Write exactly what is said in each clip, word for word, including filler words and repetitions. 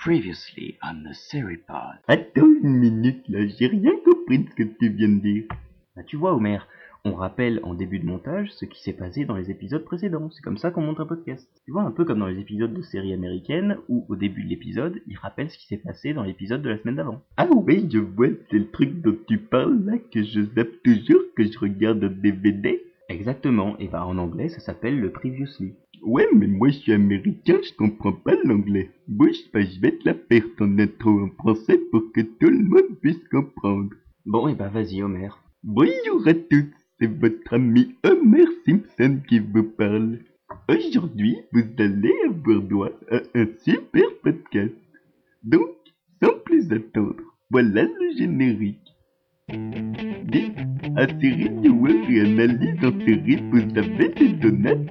Previously on the Seripod. Attends une minute là, j'ai rien compris de ce que tu viens de dire. Bah tu vois Homer, on rappelle en début de montage ce qui s'est passé dans les épisodes précédents. C'est comme ça qu'on monte un podcast. Tu vois, un peu comme dans les épisodes de séries américaines où au début de l'épisode, ils rappellent ce qui s'est passé dans l'épisode de la semaine d'avant. Ah oui, je vois, c'est le truc dont tu parles là, que je zappe toujours, que je regarde en D V D. Exactement, et bah en anglais ça s'appelle le Previously. Ouais, mais moi je suis américain, je comprends pas l'anglais. Bouge pas, je vais te la faire ton intro en français pour que tout le monde puisse comprendre. Bon, et bah vas-y Homer. Bonjour à tous, c'est votre ami Homer Simpson qui vous parle. Aujourd'hui, vous allez avoir droit à un super podcast. Donc, sans plus attendre, voilà le générique. Dites, à série viewer et analyse en série, vous avez des donates?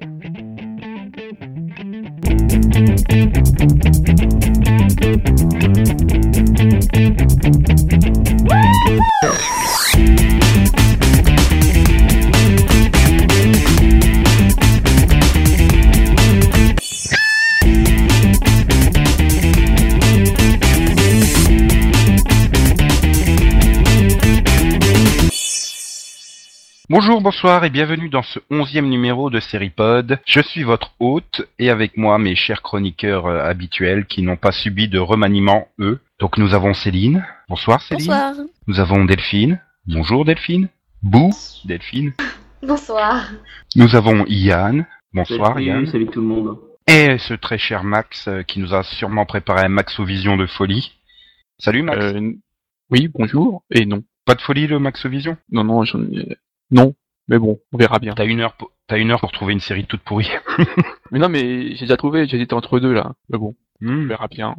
Bonjour, bonsoir et bienvenue dans ce onzième numéro de Seripod. Je suis votre hôte et avec moi mes chers chroniqueurs euh, habituels qui n'ont pas subi de remaniement, eux. Donc nous avons Céline. Bonsoir Céline. Bonsoir. Nous avons Delphine. Bonjour Delphine. Bou, Delphine. Bonsoir. Nous avons Yann. Bonsoir Salut, Yann. salut tout le monde. Et ce très cher Max euh, qui nous a sûrement préparé un Maxovision de folie. Salut Max. Euh, oui, bonjour, et non. Pas de folie le Maxovision? Non, non, j'en ai... Non, mais bon, on verra bien. T'as une heure pour... T'as une heure pour trouver une série toute pourrie. Mais non, mais j'ai déjà trouvé, j'hésitais entre deux, là. Mais bon, Hmm. on verra bien.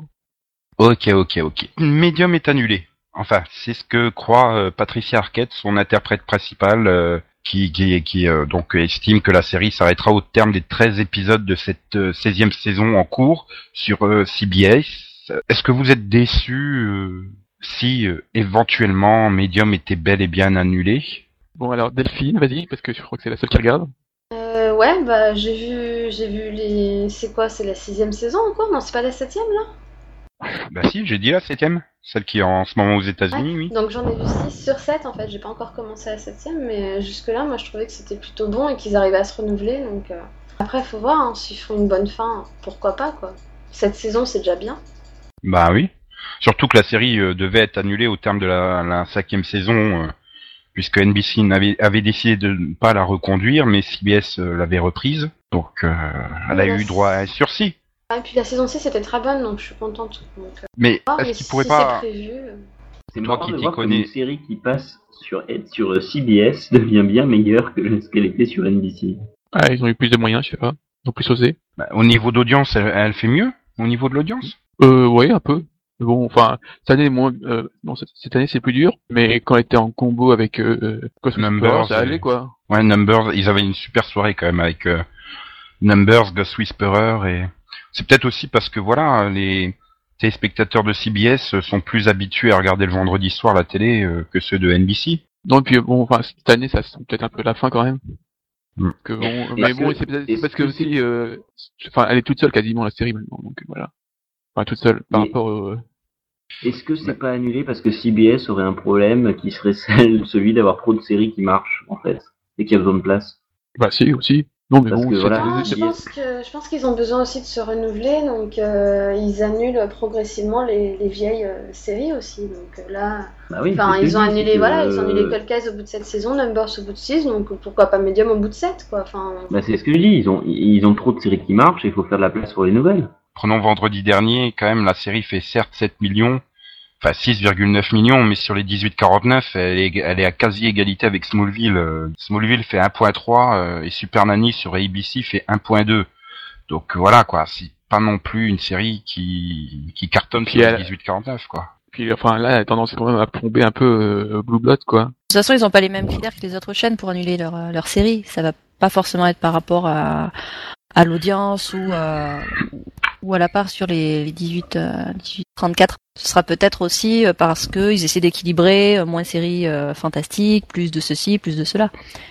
Ok, ok, ok. Medium est annulé. Enfin, c'est ce que croit euh, Patricia Arquette, son interprète principale, euh, qui, qui, qui euh, donc estime que la série s'arrêtera au terme des treize épisodes de cette euh, seizième saison en cours sur euh, C B S. Est-ce que vous êtes déçus euh, si euh, éventuellement Medium était bel et bien annulé? Bon, alors, Delphine, vas-y, parce que je crois que c'est la seule qui regarde. Euh, ouais, bah j'ai vu, j'ai vu les. C'est quoi, c'est la sixième saison encore? Non, c'est pas la septième là? Bah si, j'ai dit la septième, celle qui est en ce moment aux États-Unis, Ouais. oui. Donc j'en ai vu six sur sept en fait. J'ai pas encore commencé la septième, mais jusque là, moi je trouvais que c'était plutôt bon et qu'ils arrivaient à se renouveler. Donc euh... après, faut voir hein, s'ils font une bonne fin, pourquoi pas quoi. Cette saison, c'est déjà bien. Bah oui. Surtout que la série euh, devait être annulée au terme de la, la cinquième saison, euh, puisque N B C n'avait, avait décidé de ne pas la reconduire, mais C B S euh, l'avait reprise. Donc euh, elle a Oui, eu la- droit à un sursis. Ah, et puis la saison six c'était très bonne, donc je suis contente. Donc, euh... Mais ah, est-ce mais qu'il si pourrait c'est pas... prévu. euh, C'est Toi marrant qui de t'y voir comme connais. une série qui passe sur, sur euh, C B S devient bien meilleure que ce qu'elle était sur N B C. Ah, ils ont eu plus de moyens, je sais pas. Ils ont plus osé. Bah, au niveau d'audience, elle, elle fait mieux? Au niveau de l'audience? Euh, ouais, un peu. Mais bon, enfin, cette année, moins, euh, non, cette, cette année, c'est plus dur. Mais quand elle était en combo avec, euh, euh, Ghost Numbers, Whisperer, ça et- allait, quoi. Ouais, Numbers, ils avaient une super soirée quand même avec euh, Numbers, Ghost Whisperer et... C'est peut-être aussi parce que voilà, les téléspectateurs de C B S sont plus habitués à regarder le vendredi soir la télé euh, que ceux de N B C. Non, et puis, bon, enfin, cette année, ça sent peut-être un peu la fin, quand même. Mm. Que bon, Est-ce mais bon, que- c'est peut-être est-ce parce que que aussi, euh, enfin, elle est toute seule quasiment, la série, maintenant, donc voilà. Enfin, toute seule, par Mais- rapport au... Est-ce que c'est pas annulé parce que C B S aurait un problème qui serait celle, celui d'avoir trop de séries qui marchent, en fait, et qui a besoin de place? Bah si, aussi. Non, mais Parce bon, que c'est- voilà, Non, les- je pense que je pense qu'ils ont besoin aussi de se renouveler, donc euh, ils annulent progressivement les, les vieilles euh, séries aussi. Donc euh, là, Bah oui, enfin c'est ce que ils je ont dis, annulé c'est que, voilà, ils ont annulé euh, Cold Case au bout de cette saison, Numbers au bout de six, donc pourquoi pas Medium au bout de sept quoi. Enfin, Bah c'est ce que je dis, ils ont, ils ont trop de séries qui marchent et il faut faire de la place pour les nouvelles. Prenons vendredi dernier, quand même, la série fait certes sept millions, enfin six virgule neuf millions, mais sur les dix-huit quarante-neuf, elle est, elle est à quasi égalité avec Smallville. Euh, Smallville fait un virgule trois euh, et Super Nanny sur A B C fait un virgule deux. Donc voilà quoi, c'est pas non plus une série qui, qui cartonne Puis sur elle- les dix-huit quarante-neuf quoi. Puis enfin là, elle a tendance quand même à plomber un peu euh, Blue Blood, quoi. De toute façon, ils n'ont pas les mêmes critères que les autres chaînes pour annuler leur, euh, leur série. Ça va pas forcément être par rapport à, à l'audience ou, à- ou à la part sur les, les dix-huit trente-quatre. Ce sera peut-être aussi euh, parce qu'ils essaient d'équilibrer euh, moins de séries euh, fantastiques, plus de ceci, plus de cela.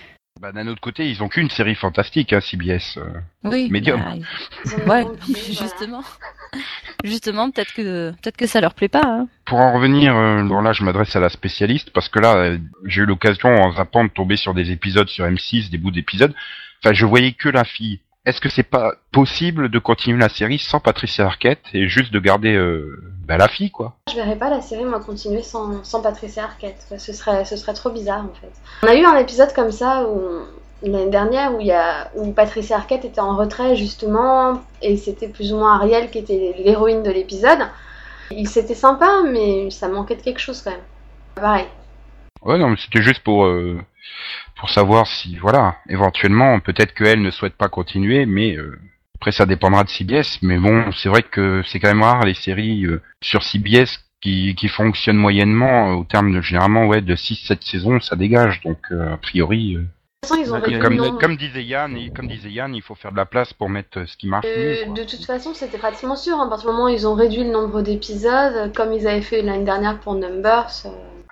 Bah, d'un autre côté, ils ont qu'une série fantastique, hein, C B S. euh, Oui. Médium. bah, Ils en ont ouais, compris, voilà. justement. Justement, peut-être que peut-être que ça leur plaît pas. Hein. Pour en revenir, euh, bon là je m'adresse à la spécialiste parce que là euh, j'ai eu l'occasion en zappant de tomber sur des épisodes sur M six, des bouts d'épisodes. Enfin je voyais que la fille. Est-ce que c'est pas possible de continuer la série sans Patricia Arquette et juste de garder euh, bah, la fille quoi? Je verrais pas la série moi continuer sans, sans Patricia Arquette. Ce serait, ce serait trop bizarre en fait. On a eu un épisode comme ça où l'année dernière où il y a où Patricia Arquette était en retrait justement et c'était plus ou moins Ariel qui était l'héroïne de l'épisode. Il c'était sympa mais ça manquait de quelque chose quand même. Pareil. Ouais non mais c'était juste pour euh, pour savoir si voilà éventuellement peut-être qu'elle ne souhaite pas continuer mais euh, après ça dépendra de C B S mais bon c'est vrai que c'est quand même rare les séries euh, sur C B S qui qui fonctionnent moyennement euh, au terme de généralement ouais de six sept saisons ça dégage donc euh, a priori euh, De toute façon, ils ont Ouais, réduit comme le nombre. comme disait Yann et comme disait Yann il faut faire de la place pour mettre euh, ce qui marche mieux, Euh, quoi. de toute façon, c'était pratiquement sûr. Hein. À partir du moment où ils ont réduit le nombre d'épisodes, comme ils avaient fait l'année dernière pour Numbers, euh,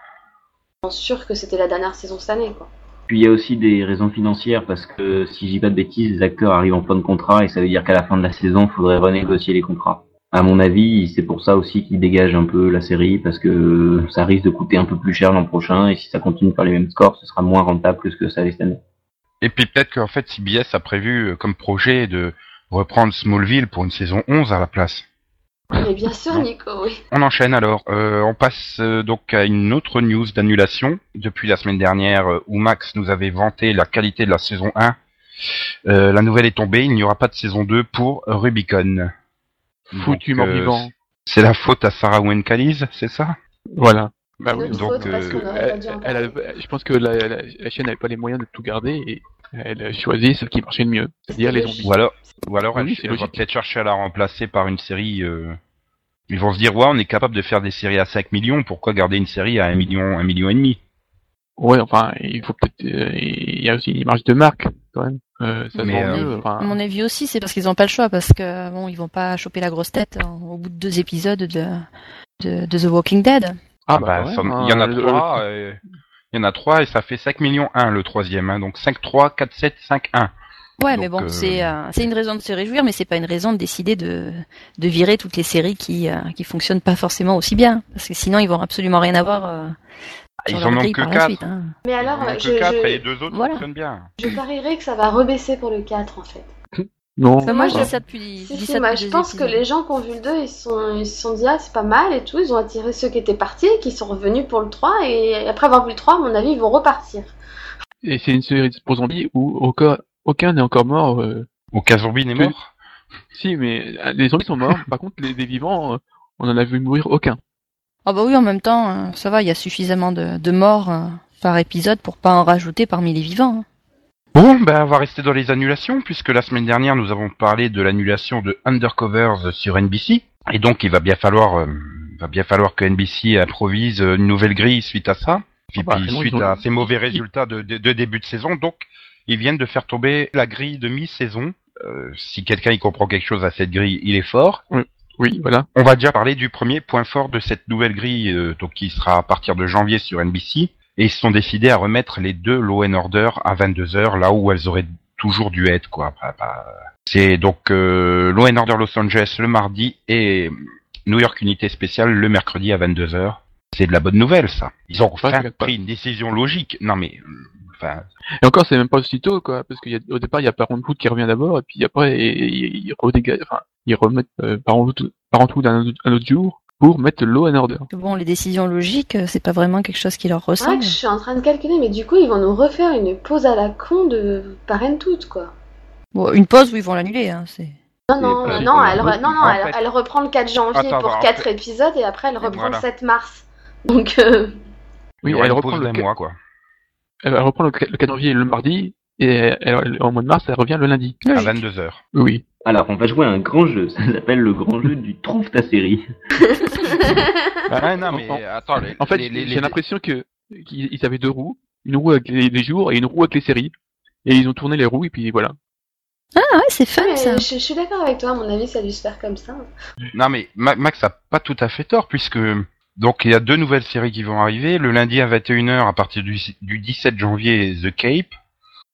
je suis sûr que c'était la dernière saison cette année. Quoi. Puis il y a aussi des raisons financières parce que si je dis pas de bêtises, les acteurs arrivent en fin de contrat et ça veut dire qu'à la fin de la saison, il faudrait renégocier les contrats. À mon avis, c'est pour ça aussi qu'ils dégagent un peu la série parce que ça risque de coûter un peu plus cher l'an prochain et si ça continue par les mêmes scores, ce sera moins rentable que ce que ça allait cette année. Et puis peut-être qu'en fait C B S a prévu euh, comme projet de reprendre Smallville pour une saison onze à la place. Mais bien sûr, Nico, oui. On enchaîne alors. Euh, on passe euh, donc à une autre news d'annulation. Depuis la semaine dernière euh, où Max nous avait vanté la qualité de la saison un, euh, la nouvelle est tombée, il n'y aura pas de saison deux pour Rubicon. Foutu Donc, mort euh, vivant. C'est la faute à Sarah Wayne-Callies, c'est ça? Voilà. Bah C'est oui. notre donc, faute parce euh, qu'on aurait pas Elle, dû en elle a- parler. je pense que la, la, la chaîne n'avait pas les moyens de tout garder et elle a choisi ce qui marchait le mieux, c'est-à-dire les zombies. Ou alors, ou alors Oui, elle, c'est elle va logique. peut-être chercher à la remplacer par une série. Euh... Ils vont se dire ouais, on est capable de faire des séries à cinq millions, pourquoi garder une série à un million, un million et demi? Ouais, enfin, il faut peut-être, euh, il y a aussi une marge de marque quand même. Euh, ça se Mais, vend euh, mieux. Enfin, À mon avis aussi, c'est parce qu'ils n'ont pas le choix, parce que bon, ils vont pas choper la grosse tête hein, au bout de deux épisodes de, de, de The Walking Dead. ah, Ah bah, ouais, ça- hein, il y en a le- trois, euh, il y en a trois et ça fait cinq millions un le troisième, hein, donc cinq trois, quatre sept, cinq un. Ouais, Donc, mais bon, euh, c'est euh, c'est une raison de se réjouir, mais c'est pas une raison de décider de de virer toutes les séries qui euh, qui fonctionnent pas forcément aussi bien, parce que sinon ils vont absolument rien avoir. Euh, sur Ils leur en ont grille que par la quatre. suite, hein. Mais Ils alors, en ont je, que quatre et les je, deux autres Voilà. fonctionnent bien. je parierais que ça va rebaisser pour le quatre en fait. non. Enfin, moi, je je- dis ça depuis. Si, je dis si, ça moi, depuis je deux pense que épisodes. les gens qui ont vu le deux, ils se sont, ils se sont dit ah c'est pas mal et tout, ils ont attiré ceux qui étaient partis et qui sont revenus pour le trois et après avoir vu le trois, à mon avis, ils vont repartir. Et c'est une série pour zombies où aucun, aucun n'est encore mort. Euh... Aucun zombie n'est Que- mort. Si, mais euh, les zombies sont morts. Par contre, les, les vivants, euh, on en a vu mourir aucun. Ah bah oui, en même temps, euh, ça va, il y a suffisamment de, de morts euh, par épisode pour pas en rajouter parmi les vivants. hein. Bon, ben on va rester dans les annulations, puisque la semaine dernière, nous avons parlé de l'annulation de Undercovers sur N B C. Et donc, il va bien falloir, euh, va bien falloir que N B C improvise une nouvelle grille suite à ça. Puis, Ah bah, puis non, suite ils ont- à ces mauvais ils- résultats de, de, de début de saison. Donc, ils viennent de faire tomber la grille de mi-saison. Euh, si quelqu'un y comprend quelque chose à cette grille, il est fort. Oui, voilà. On va déjà parler du premier point fort de cette nouvelle grille, euh, donc qui sera à partir de janvier sur N B C. Et ils se sont décidés à remettre les deux Law and Order à vingt-deux heures, là où elles auraient toujours dû être, quoi. Bah, bah, c'est donc euh, Law and Order Los Angeles le mardi et New York Unité Spéciale le mercredi à vingt-deux heures. C'est de la bonne nouvelle, ça. Ils ont Ouais, enfin t'inquiète pas. pris une décision logique. Non mais, euh, enfin, Et encore, c'est même pas aussitôt, quoi, parce qu'il y a, au départ, il y a Parenthood qui revient d'abord, et puis après, ils, ils, redégagent- enfin, ils remettent euh, Parenthood, Parenthood un, autre- un autre jour pour mettre Law and Order. Bon, les décisions logiques, euh, c'est pas vraiment quelque chose qui leur C'est vrai ressemble. que je suis en train de calculer, mais du coup, ils vont nous refaire une pause à la con de Parenthood, quoi. Bon, une pause où ils vont l'annuler, hein, c'est. Non, non, pas- euh, non, elle, re- en non, non, elle, fait- elle reprend le quatre janvier Attends, pour alors, quatre fait- épisodes et après elle reprend Voilà. le sept mars. Donc, euh, il Oui, y aura elle une reprend pause le, d'un qua- mois, quoi. elle reprend le, le quatre janvier le mardi, et elle, en mois de mars, elle revient le lundi. À Logique. vingt-deux heures. Oui. Alors, on va jouer à un grand jeu, ça s'appelle le grand jeu du Trouve ta série. Ah, non mais, en- attends, les, En fait, les, les, j'ai les- l'impression que qu'ils ils avaient deux roues, une roue avec les, les jours et une roue avec les séries, et ils ont tourné les roues, et puis voilà. Ah ouais, c'est fun mais ça. je, je suis d'accord avec toi, à mon avis, ça a dû se faire comme ça. Non mais Ma- Max a pas tout à fait tort puisque donc il y a deux nouvelles séries qui vont arriver. Le lundi à vingt et une heures à partir du, du dix-sept janvier, The Cape.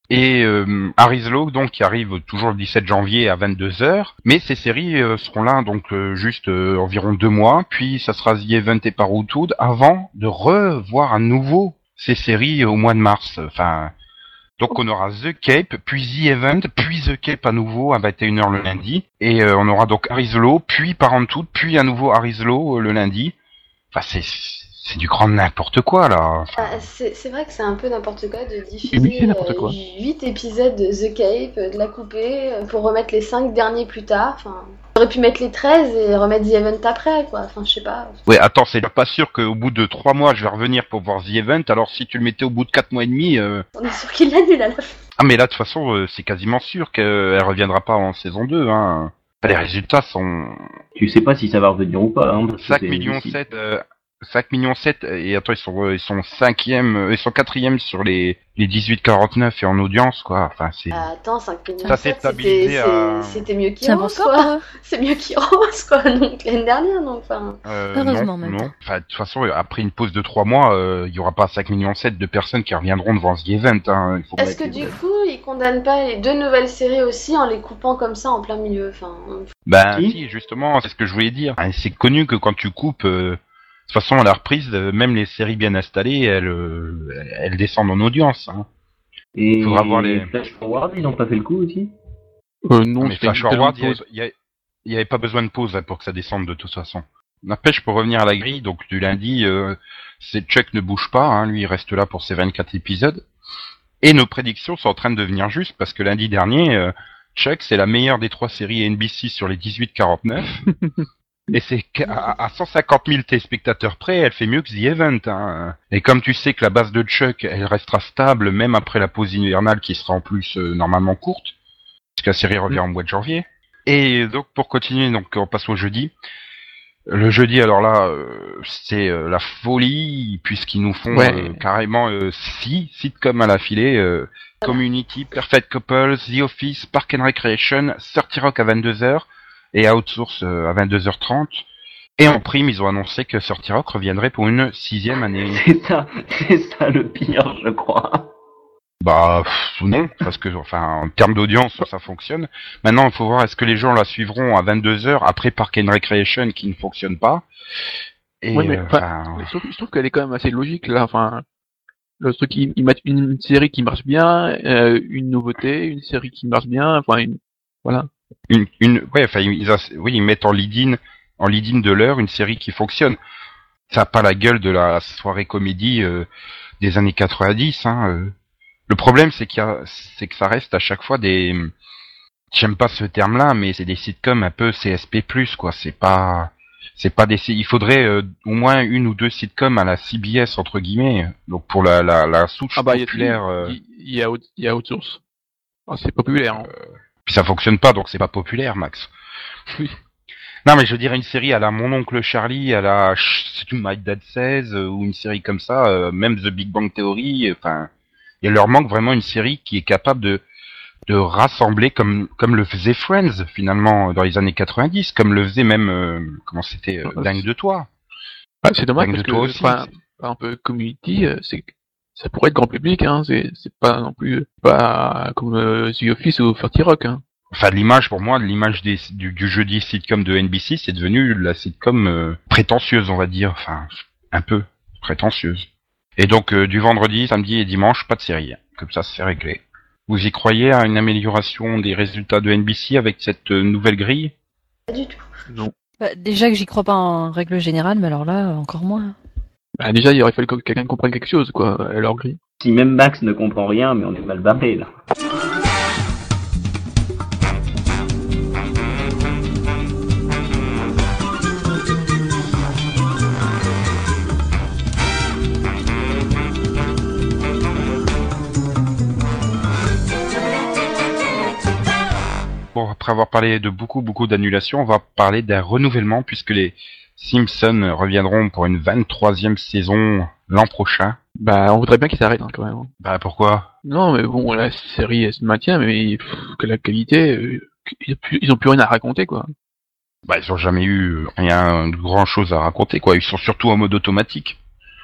Et euh, Arislo, donc, qui arrive toujours le dix-sept janvier à vingt-deux heures. Mais ces séries euh, seront là, donc, euh, juste euh, environ deux mois. Puis, ça sera The Event et Parenthood, avant de revoir à nouveau ces séries au mois de mars. Enfin, donc, on aura The Cape, puis The Event, puis The Cape à nouveau à vingt et une heures le lundi. Et euh, on aura donc Arislo, puis Parenthood, puis à nouveau Arislo euh, le lundi. Enfin, c'est... C'est du grand n'importe quoi, là. Enfin... Ah, c'est, c'est vrai que c'est un peu n'importe quoi de Oui, diffuser c'est n'importe quoi. huit épisodes de The Cape, euh, de la couper, euh, pour remettre les cinq derniers plus tard. Enfin, on aurait pu mettre les treize et remettre The Event après, quoi. Enfin, je sais pas. Ouais, attends, c'est pas sûr qu'au bout de trois mois, je vais revenir pour voir The Event, alors si tu le mettais au bout de quatre mois et demi... Euh... On est sûr qu'il l'annule à la fin. Ah, mais là, de toute façon, euh, c'est quasiment sûr qu'elle reviendra pas en saison deux, hein. Les résultats sont... Tu sais pas si ça va revenir ou pas, hein. cinq virgule sept millions, euh, cinq virgule sept millions, et attends, ils sont, ils sont cinquième, euh, ils sont quatrième sur les, les dix-huit quarante-neuf et en audience, quoi. Enfin, c'est... Ah, attends, cinq millions, Ça s'est stabilisé c'était, à... c'est- c'était mieux C'est un bon qu'Heroes, score, quoi. quoi. C'est mieux qu'Heroes, quoi, donc l'année dernière, donc, enfin... Euh, Heureusement, non, même. non. Enfin, de toute façon, après une pause de trois mois, euh, il y aura pas cinq virgule sept millions de personnes qui reviendront devant The Event, hein. Il faut Est-ce pas que être- du coup, ils condamnent pas les deux nouvelles séries aussi en les coupant comme ça en plein milieu, enfin... Ben, Si. si, justement, c'est ce que je voulais dire. Hein, c'est connu que quand tu coupes, euh, de toute façon, à la reprise, euh, même les séries bien installées, elles, euh, elles descendent en audience. Hein. Et Faudra voir les- Flash Forward, ils ont pas fait le coup aussi? Euh, non, Mais c'était Flash une très Forward, longue il y pause. avait- il y avait- il y avait pas besoin de pause hein, pour que ça descende de toute façon. N'empêche, pour revenir à la grille, donc du lundi, euh, c'est Chuck ne bouge pas, hein, lui il reste là pour ses vingt-quatre épisodes. Et nos prédictions sont en train de devenir justes, parce que lundi dernier, euh, Chuck, c'est la meilleure des trois séries N B C sur les dix-huit quarante-neuf. Et c'est qu'à à cent cinquante mille téléspectateurs près, elle fait mieux que The Event. Hein. Et comme tu sais que la base de Chuck, elle restera stable même après la pause hivernale qui sera en plus euh, normalement courte, puisque la série revient en mois de janvier. Et donc pour continuer, donc on passe au jeudi. Le jeudi, alors là, euh, c'est euh, la folie, puisqu'ils nous font Ouais. euh, carrément euh, six sitcoms à l'affilée. Euh, Community, Perfect Couples, The Office, Park and Recreation, thirty Rock à vingt-deux heures et Outsource euh, à vingt-deux heures trente. Et en prime, ils ont annoncé que thirty Rock reviendrait pour une sixième année. C'est ça, c'est ça le pire, je crois. Bah pff, non, parce que enfin en termes d'audience ça fonctionne. Maintenant il faut voir est-ce que les gens la suivront à vingt-deux heures après Park and Recreation qui ne fonctionne pas. Et Ouais, mais, euh, enfin, enfin, Je trouve, je trouve qu'elle est quand même assez logique là. Enfin, le truc, ils, ils mettent une série qui marche bien, euh, une nouveauté, une série qui marche bien. Enfin, une, voilà. une, une ouais enfin ils, a- oui ils mettent en lead-in en lead-in de l'heure une série qui fonctionne. Ça a pas la gueule de la soirée comédie euh, des années quatre-vingt-dix. Hein, euh. Le problème c'est qu'il y a c'est que ça reste à chaque fois des j'aime pas ce terme-là mais c'est des sitcoms un peu C S P plus quoi. C'est pas c'est pas des il faudrait euh, au moins une ou deux sitcoms à la C B S entre guillemets donc pour la la, la souche Ah bah, il y a populaire euh, il il y a, out- il y a Outsource. Ah, c'est populaire. Hein. puis ça fonctionne pas donc c'est pas populaire Max. Oui. Non mais je veux dire une série à la Mon oncle Charlie, à la Sh- My Dad Says euh, ou une série comme ça, euh, même The Big Bang Theory, enfin il leur manque vraiment une série qui est capable de de rassembler comme comme le faisait Friends finalement dans les années quatre-vingt-dix, comme le faisait même euh, comment c'était euh, Ah, Dingue de toi. Ah, c'est dommage Dingue parce de que, toi aussi. enfin, par exemple, Community, euh, c'est, ça pourrait être grand public, hein. C'est, c'est pas non plus pas comme euh, The Office ou thirty Rock, hein. Enfin, de l'image, pour moi, de l'image des, du, du jeudi sitcom de N B C, c'est devenu la sitcom euh, prétentieuse, on va dire. Enfin, un peu prétentieuse. Et donc, euh, du vendredi, samedi et dimanche, pas de série. Comme ça, c'est réglé. Vous y croyez à une amélioration des résultats de N B C avec cette euh, nouvelle grille? Pas du tout. Non. Bah, déjà que j'y crois pas en règle générale, mais alors là, encore moins. Bah, déjà, il aurait fallu que quelqu'un comprenne quelque chose, quoi, à leur grille. Si même Max ne comprend rien, mais on est mal barré là. Bon, après avoir parlé de beaucoup, beaucoup d'annulations, on va parler d'un renouvellement puisque les Simpsons reviendront pour une vingt-troisième saison l'an prochain. Bah, on voudrait bien qu'ils s'arrêtent, hein, quand même. Bah, pourquoi? Non, mais bon, la série, elle se maintient, mais pff, que la qualité, euh, ils, ont plus, ils ont plus rien à raconter, quoi. Bah, ils ont jamais eu rien de grand chose à raconter, quoi. Ils sont surtout en mode automatique.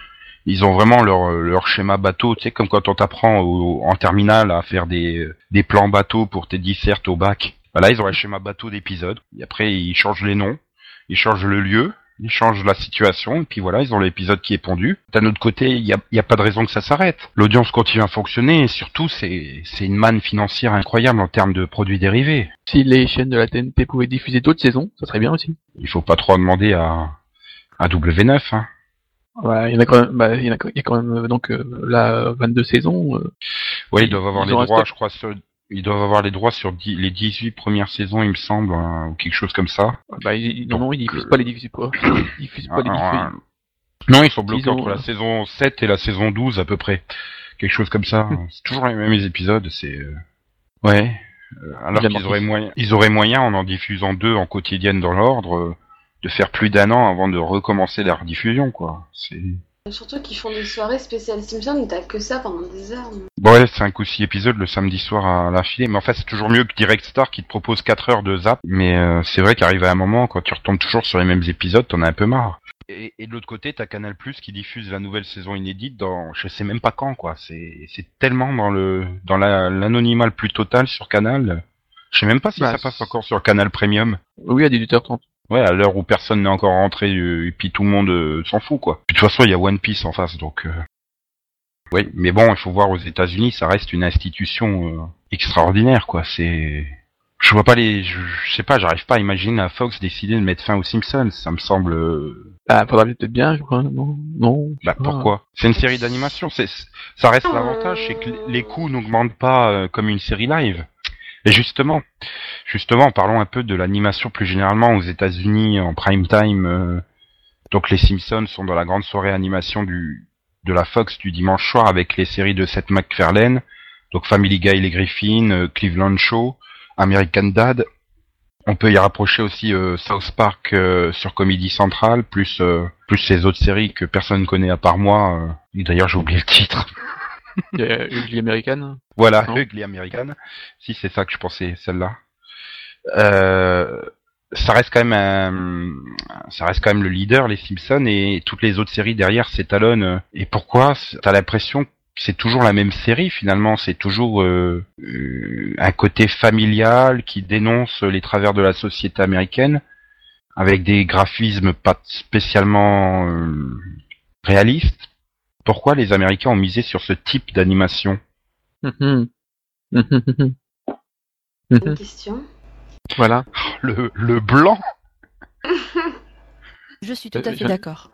Ils ont vraiment leur leur schéma bateau, tu sais, comme quand on t'apprend au, en terminale à faire des des plans bateau pour tes dissertes au bac. Voilà, ils ont un schéma bateau d'épisodes. Et après, ils changent les noms, ils changent le lieu, ils changent la situation, et puis voilà, ils ont l'épisode qui est pondu. D'un autre côté, il y a, y a pas de raison que ça s'arrête. L'audience continue à fonctionner, et surtout, c'est, c'est une manne financière incroyable en termes de produits dérivés. Si les chaînes de la T N T pouvaient diffuser d'autres saisons, ça serait bien aussi. Il faut pas trop demander à, à W neuf, hein. Ouais, il y en a quand même, bah, il y en a, il y a quand même, donc, euh, la vingt-deux saisons. Euh, ouais, ils doivent avoir ils les ont droits, resté- je crois, sur, ils doivent avoir les droits sur dix, les dix-huit premières saisons, il me semble, hein, ou quelque chose comme ça. bah, ils, non, Donc, non, ils diffusent euh, pas les diffusent pas. Ils diffusent pas les Ah, diffusent. ah, non, ils sont bloqués Ils ont, entre la euh, saison sept et la saison douze à peu près. Quelque chose comme ça. C'est toujours les mêmes épisodes, c'est... euh, Ouais. Euh, alors Bien qu'ils parti. auraient moyen, ils auraient moyen, en en diffusant deux en quotidienne dans l'ordre, euh, de faire plus d'un an avant de recommencer la rediffusion, quoi. C'est... Surtout qu'ils font des soirées spéciales Simpsons où t'as que ça pendant des heures. donc. Bon, ouais, cinq ou six épisodes le samedi soir à l'affilée, mais en fait c'est toujours mieux que Direct Star qui te propose quatre heures de zap, mais euh, c'est vrai qu'arrive à un moment, quand tu retombes toujours sur les mêmes épisodes, t'en as un peu marre. Et, et de l'autre côté, t'as Canal Plus qui diffuse la nouvelle saison inédite dans, je sais même pas quand, quoi. C'est, c'est tellement dans le, dans la, l'anonymat le plus total sur Canal. Je sais même pas si Bah, ça passe encore sur Canal Premium. Oui, à dix-huit heures trente. Ouais, à l'heure où personne n'est encore rentré, euh, et puis tout le monde euh, s'en fout, quoi. Puis de toute façon, il y a One Piece en face, donc... Euh... Oui, mais bon, il faut voir aux États-Unis, ça reste une institution euh, extraordinaire, quoi. C'est... Je vois pas les... Je, je sais pas, j'arrive pas à imaginer à Fox décider de mettre fin aux Simpsons. Ça me semble... euh, Ah, faudrait peut-être bien, je crois. Non, non. je Bah sais pas. pourquoi? C'est une série d'animation, c'est... Ça reste l'avantage, c'est que les coûts n'augmentent pas euh, comme une série live. Et justement, justement, parlons un peu de l'animation plus généralement aux États-Unis en prime time. Euh, donc les Simpsons sont dans la grande soirée animation du de la Fox du dimanche soir avec les séries de Seth MacFarlane, donc Family Guy, les Griffins, euh, Cleveland Show, American Dad. On peut y rapprocher aussi euh, South Park euh, sur Comedy Central, plus euh, plus ces autres séries que personne connaît à part moi. Euh, et d'ailleurs, j'ai oublié le titre. Il y a Ugly American. Voilà, Non. Ugly American. Si, c'est ça que je pensais, celle-là. Euh, ça reste quand même un, ça reste quand même le leader, les Simpsons, et toutes les autres séries derrière s'étalonnent. Et pourquoi? T'as l'impression que c'est toujours la même série, finalement. C'est toujours euh, euh, un côté familial qui dénonce les travers de la société américaine, avec des graphismes pas spécialement euh, réalistes. Pourquoi les Américains ont misé sur ce type d'animation? Mhm. Mhm, mhm. Une Mhm. question. Voilà. Le, le blanc? Je suis tout Euh, à fait je- d'accord.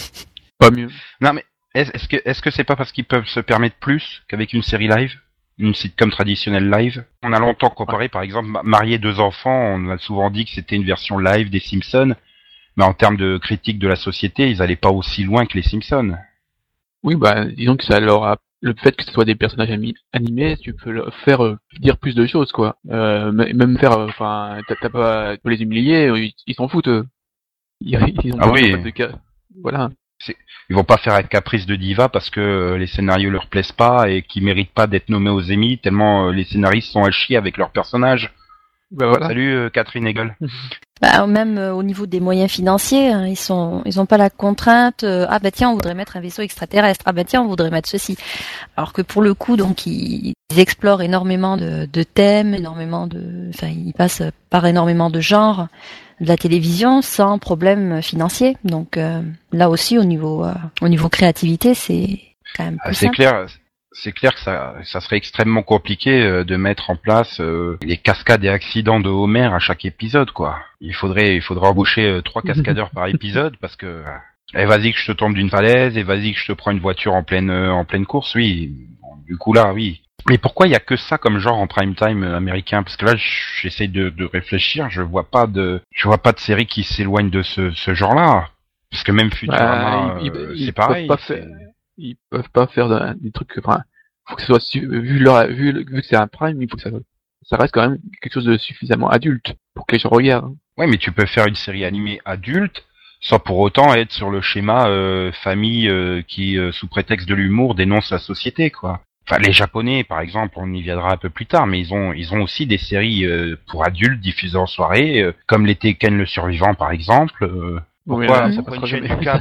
Pas mieux. Non mais est-ce est-ce que est-ce que c'est pas parce qu'ils peuvent se permettre plus qu'avec une série live, une sitcom traditionnelle live? On a longtemps comparé, par exemple, Ma- Marier deux enfants, on a souvent dit que c'était une version live des Simpsons, mais en termes de critique de la société, ils allaient pas aussi loin que les Simpsons. Oui, bah, disons que ça leur a, le fait que ce soit des personnages ami- animés, tu peux leur faire euh, dire plus de choses, quoi. Euh, m- même faire, euh, enfin, t'as t'as pas, tu peux les humilier, euh, ils ils s'en foutent, eux. Ils, ils ont Ah pas oui. pas de cas. Voilà. Ils vont pas faire un caprice de diva parce que euh, les scénarios leur plaisent pas et qu'ils méritent pas d'être nommés aux Emmy tellement euh, les scénaristes sont à chier avec leurs personnages. Bah voilà. Salut euh, Catherine Hegel. Bah, même euh, au niveau des moyens financiers, hein, ils sont, ils ont pas la contrainte. euh, ah bah tiens, on voudrait mettre un vaisseau extraterrestre. Ah bah tiens, on voudrait mettre ceci. Alors que pour le coup, donc ils, ils explorent énormément de, de thèmes, énormément de, enfin ils passent par énormément de genres de la télévision sans problème financier. Donc euh, là aussi, au niveau, euh, au niveau créativité, c'est quand même Ah, plus c'est simple. clair, c'est clair que ça, ça serait extrêmement compliqué euh, de mettre en place euh, les cascades et accidents de Homer à chaque épisode, quoi. Il faudrait, il faudrait embaucher euh, trois cascadeurs par épisode parce que, euh, eh, vas-y que je te tombe d'une falaise et vas-y que je te prends une voiture en pleine, euh, en pleine course, oui. Bon, du coup là, oui. Mais pourquoi il y a que ça comme genre en prime time euh, américain? Parce que là, j'essaie de, de réfléchir, je vois pas de, je vois pas de série qui s'éloigne de ce, ce genre-là. Parce que même Futurama, Bah, ils- ils- euh, ils c'est peuvent pareil. pas c'est- faire- Ils peuvent pas faire de- des trucs, enfin, faut que ce soit, su- vu leur, vu, le- vu que c'est un prime, il faut que ça, ça reste quand même quelque chose de suffisamment adulte pour que les gens regardent. Ouais, mais tu peux faire une série animée adulte sans pour autant être sur le schéma euh, famille euh, qui, euh, sous prétexte de l'humour, dénonce la société, quoi. Enfin, les Japonais, par exemple, on y viendra un peu plus tard, mais ils ont ils ont aussi des séries euh, pour adultes diffusées en soirée, euh, comme l'été Ken le Survivant, par exemple. Euh, Bon, mais pourquoi là, ça pourquoi passera une chaîne jamais. du câble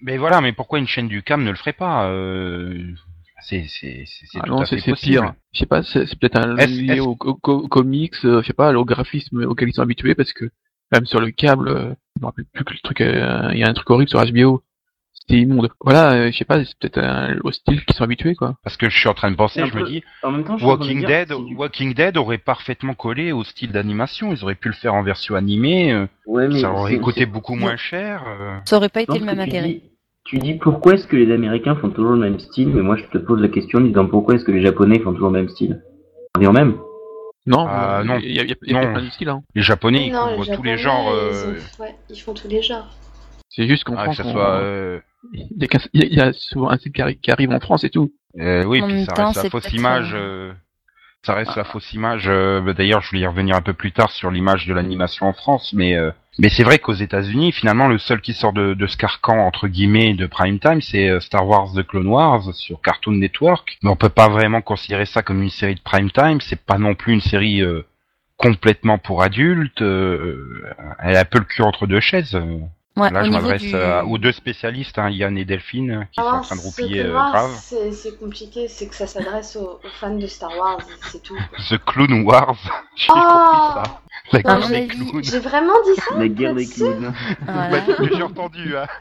Mais voilà, mais pourquoi une chaîne du C A M ne le ferait pas euh... C'est c'est c'est, c'est Ah tout non, à c'est, fait c'est possible. pire. Je sais pas, c'est, c'est peut-être un Est-ce- lié est-ce- au, au- au- comics, euh, je sais pas, au graphisme auquel ils sont habitués, parce que même sur le câble, euh, je me rappelle plus que le truc, euh, il y a un truc horrible sur H B O. C'était immonde. Voilà, euh, je sais pas, c'est peut-être un, au style qu'ils sont habitués, quoi. Parce que je suis en train de penser, Un je me peu- dis, En même temps, je suis en train de Walking dire, Dead, si tu- Walking Dead aurait parfaitement collé au style d'animation. Ils auraient pu le faire en version animée. euh, Ouais, mais ça aurait c'est- coûté c'est- beaucoup c'est- moins cher. euh. Ça aurait pas Je été pense le que même tu intérêt. dis, tu dis pourquoi est-ce que les Américains font toujours le même style, mais moi je te pose la question en disant pourquoi est-ce que les Japonais font toujours le même style. On revient au même. Non, Ah, euh, non. il y a, il y a, il y a Non. plein de styles, hein. Les Japonais, ils Non, couvrent tous Japonais, les genres. Ils, euh, ont- ouais, ils font tous les genres. C'est juste qu'en ah, France, que ça on- soit. euh, il, y a qu'un- il y a- il y a souvent un style qui arrive, qui arrive en France et tout. euh, oui, En puis même ça temps, reste la c'est fausse peut-être, image. euh, euh, Ça reste la fausse image. euh, bah, D'ailleurs, je voulais y revenir un peu plus tard sur l'image de l'animation en France, mais euh, mais c'est vrai qu'aux États-Unis, finalement, le seul qui sort de, de ce carcan entre guillemets de prime time, c'est euh, Star Wars: The Clone Wars sur Cartoon Network. Mais on peut pas vraiment considérer ça comme une série de prime time. C'est pas non plus une série euh, complètement pour adultes. euh, Elle a un peu le cul entre deux chaises. euh. Ouais, Là, au je niveau m'adresse du... euh, aux deux spécialistes, hein, Yann et Delphine, qui sont en train de roupiller ce que euh, moi, grave. c'est, c'est compliqué, c'est que ça s'adresse aux, aux fans de Star Wars, c'est tout. The Clone Wars, j'ai Oh compris ça. La À guerre mon des avis, clowns. J'ai vraiment dit ça La guerre des T'es sûr clowns. Voilà. Bah, c'est ce que j'ai entendu, hein.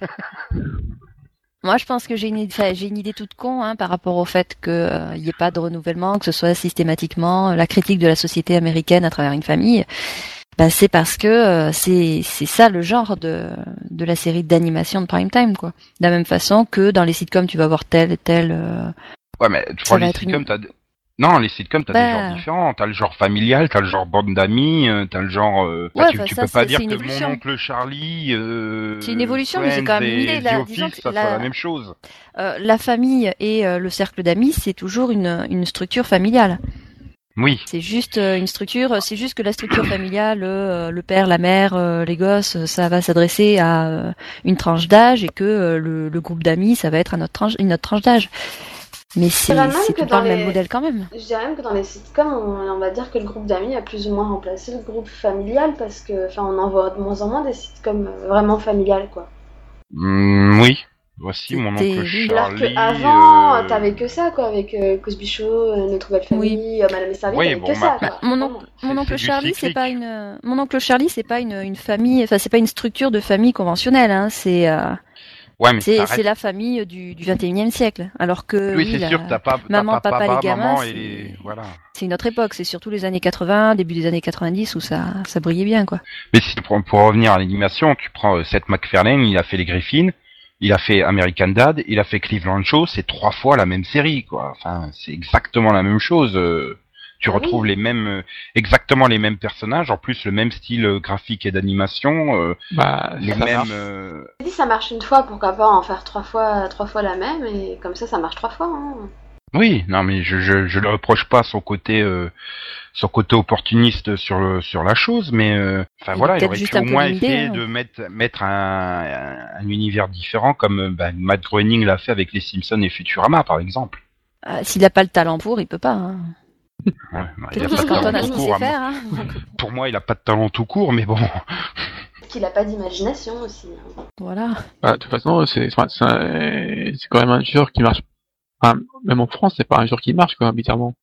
Moi, je pense que j'ai une, idée- enfin, j'ai une idée toute con hein, par rapport au fait qu'il n'y ait pas de renouvellement, que ce soit systématiquement euh, la critique de la société américaine à travers une famille. Bah, c'est parce que euh, c'est c'est ça le genre de de la série d'animation de prime time quoi. De la même façon que dans les sitcoms, tu vas voir tel et tel. Euh... Ouais, mais tu Ça prends va les être sitcoms, une- t'as... Non, les sitcoms, t'as Bah. des genres différents. T'as le genre familial, t'as le genre bande d'amis, euh, t'as le genre... Euh... Ouais, bah, tu, bah, tu ça, peux pas c'est- dire c'est une que évolution. mon oncle Charlie... Euh... C'est une évolution, mais c'est Friends quand même une et idée, The là. Office, Disons que ça la- soit la même chose. Euh, la famille et euh, le cercle d'amis, c'est toujours une une structure familiale. Oui. C'est juste euh, une structure, c'est juste que la structure familiale, euh, le père, la mère, euh, les gosses, euh, ça va s'adresser à euh, une tranche d'âge et que euh, le, le groupe d'amis, ça va être à notre tranche, une autre tranche d'âge. Mais c'est dirais même c'est que tout le temps dans le même les- modèle quand même. Je dirais même que dans les sitcoms, on, on va dire que le groupe d'amis a plus ou moins remplacé le groupe familial parce que, enfin, on en voit de moins en moins des sitcoms euh, vraiment familiales, quoi. Mm, oui. Voici mon C'était- oncle oui. Alors Charlie... qu'avant, euh, t'avais que ça, quoi, avec euh, Cosby Show, euh, Notre Belle Famille, euh, Madame et Servie, Oui, t'avais bon, que ça, maintenant- quoi. Mon Vraiment. oncle, C'est- mon c'est oncle du Charlie, c'est cyclique. pas une, mon oncle Charlie, c'est pas une, une famille, enfin c'est pas une structure de famille conventionnelle, hein. C'est, euh, Ouais, mais c'est, ça c'est reste... la famille du, du vingt et unième siècle. Alors que Oui, oui, c'est la- sûr que t'as pas... t'as maman, pas papa, les gamins, maman et c'est- les... Voilà. c'est une autre époque. C'est surtout les années quatre-vingts, début des années quatre-vingt-dix où ça, ça brillait bien, quoi. Mais si, pour, pour revenir à l'animation, tu prends euh, Seth MacFarlane, il a fait les Griffins, il a fait American Dad, il a fait Cleveland Show, c'est trois fois la même série, quoi. Enfin, c'est exactement la même chose. euh, tu Ah retrouves oui. les mêmes, euh, exactement les mêmes personnages, en plus le même style euh, graphique et d'animation, euh, Bah, les ça mêmes. marche. euh, Si ça marche une fois, pourquoi pas en faire trois fois, trois fois la même, et comme ça, ça marche trois fois, hein. Oui, non, mais je je je le reproche pas son côté euh, son côté opportuniste sur le sur la chose, mais euh, enfin Il est voilà, il peut-être aurait juste pu un au peu moins limité, essayer hein. de mettre mettre un, un, un univers différent comme euh, bah, Matt Groening l'a fait avec les Simpsons et Futurama par exemple. Euh, s'il a pas le talent pour, il peut pas. Hein. Ouais, bah, il a Peut-être pas qu'il se de talent cantonne à tout ce qu'il court, sait à moi. faire. Hein. Pour moi, il a pas de talent tout court, mais bon. Qu'il a pas d'imagination aussi, hein. Voilà. Bah, de toute façon, c'est, c'est, c'est un- c'est quand même un genre qui marche. Enfin, même en France, c'est pas un genre qui marche, quoi, bizarrement.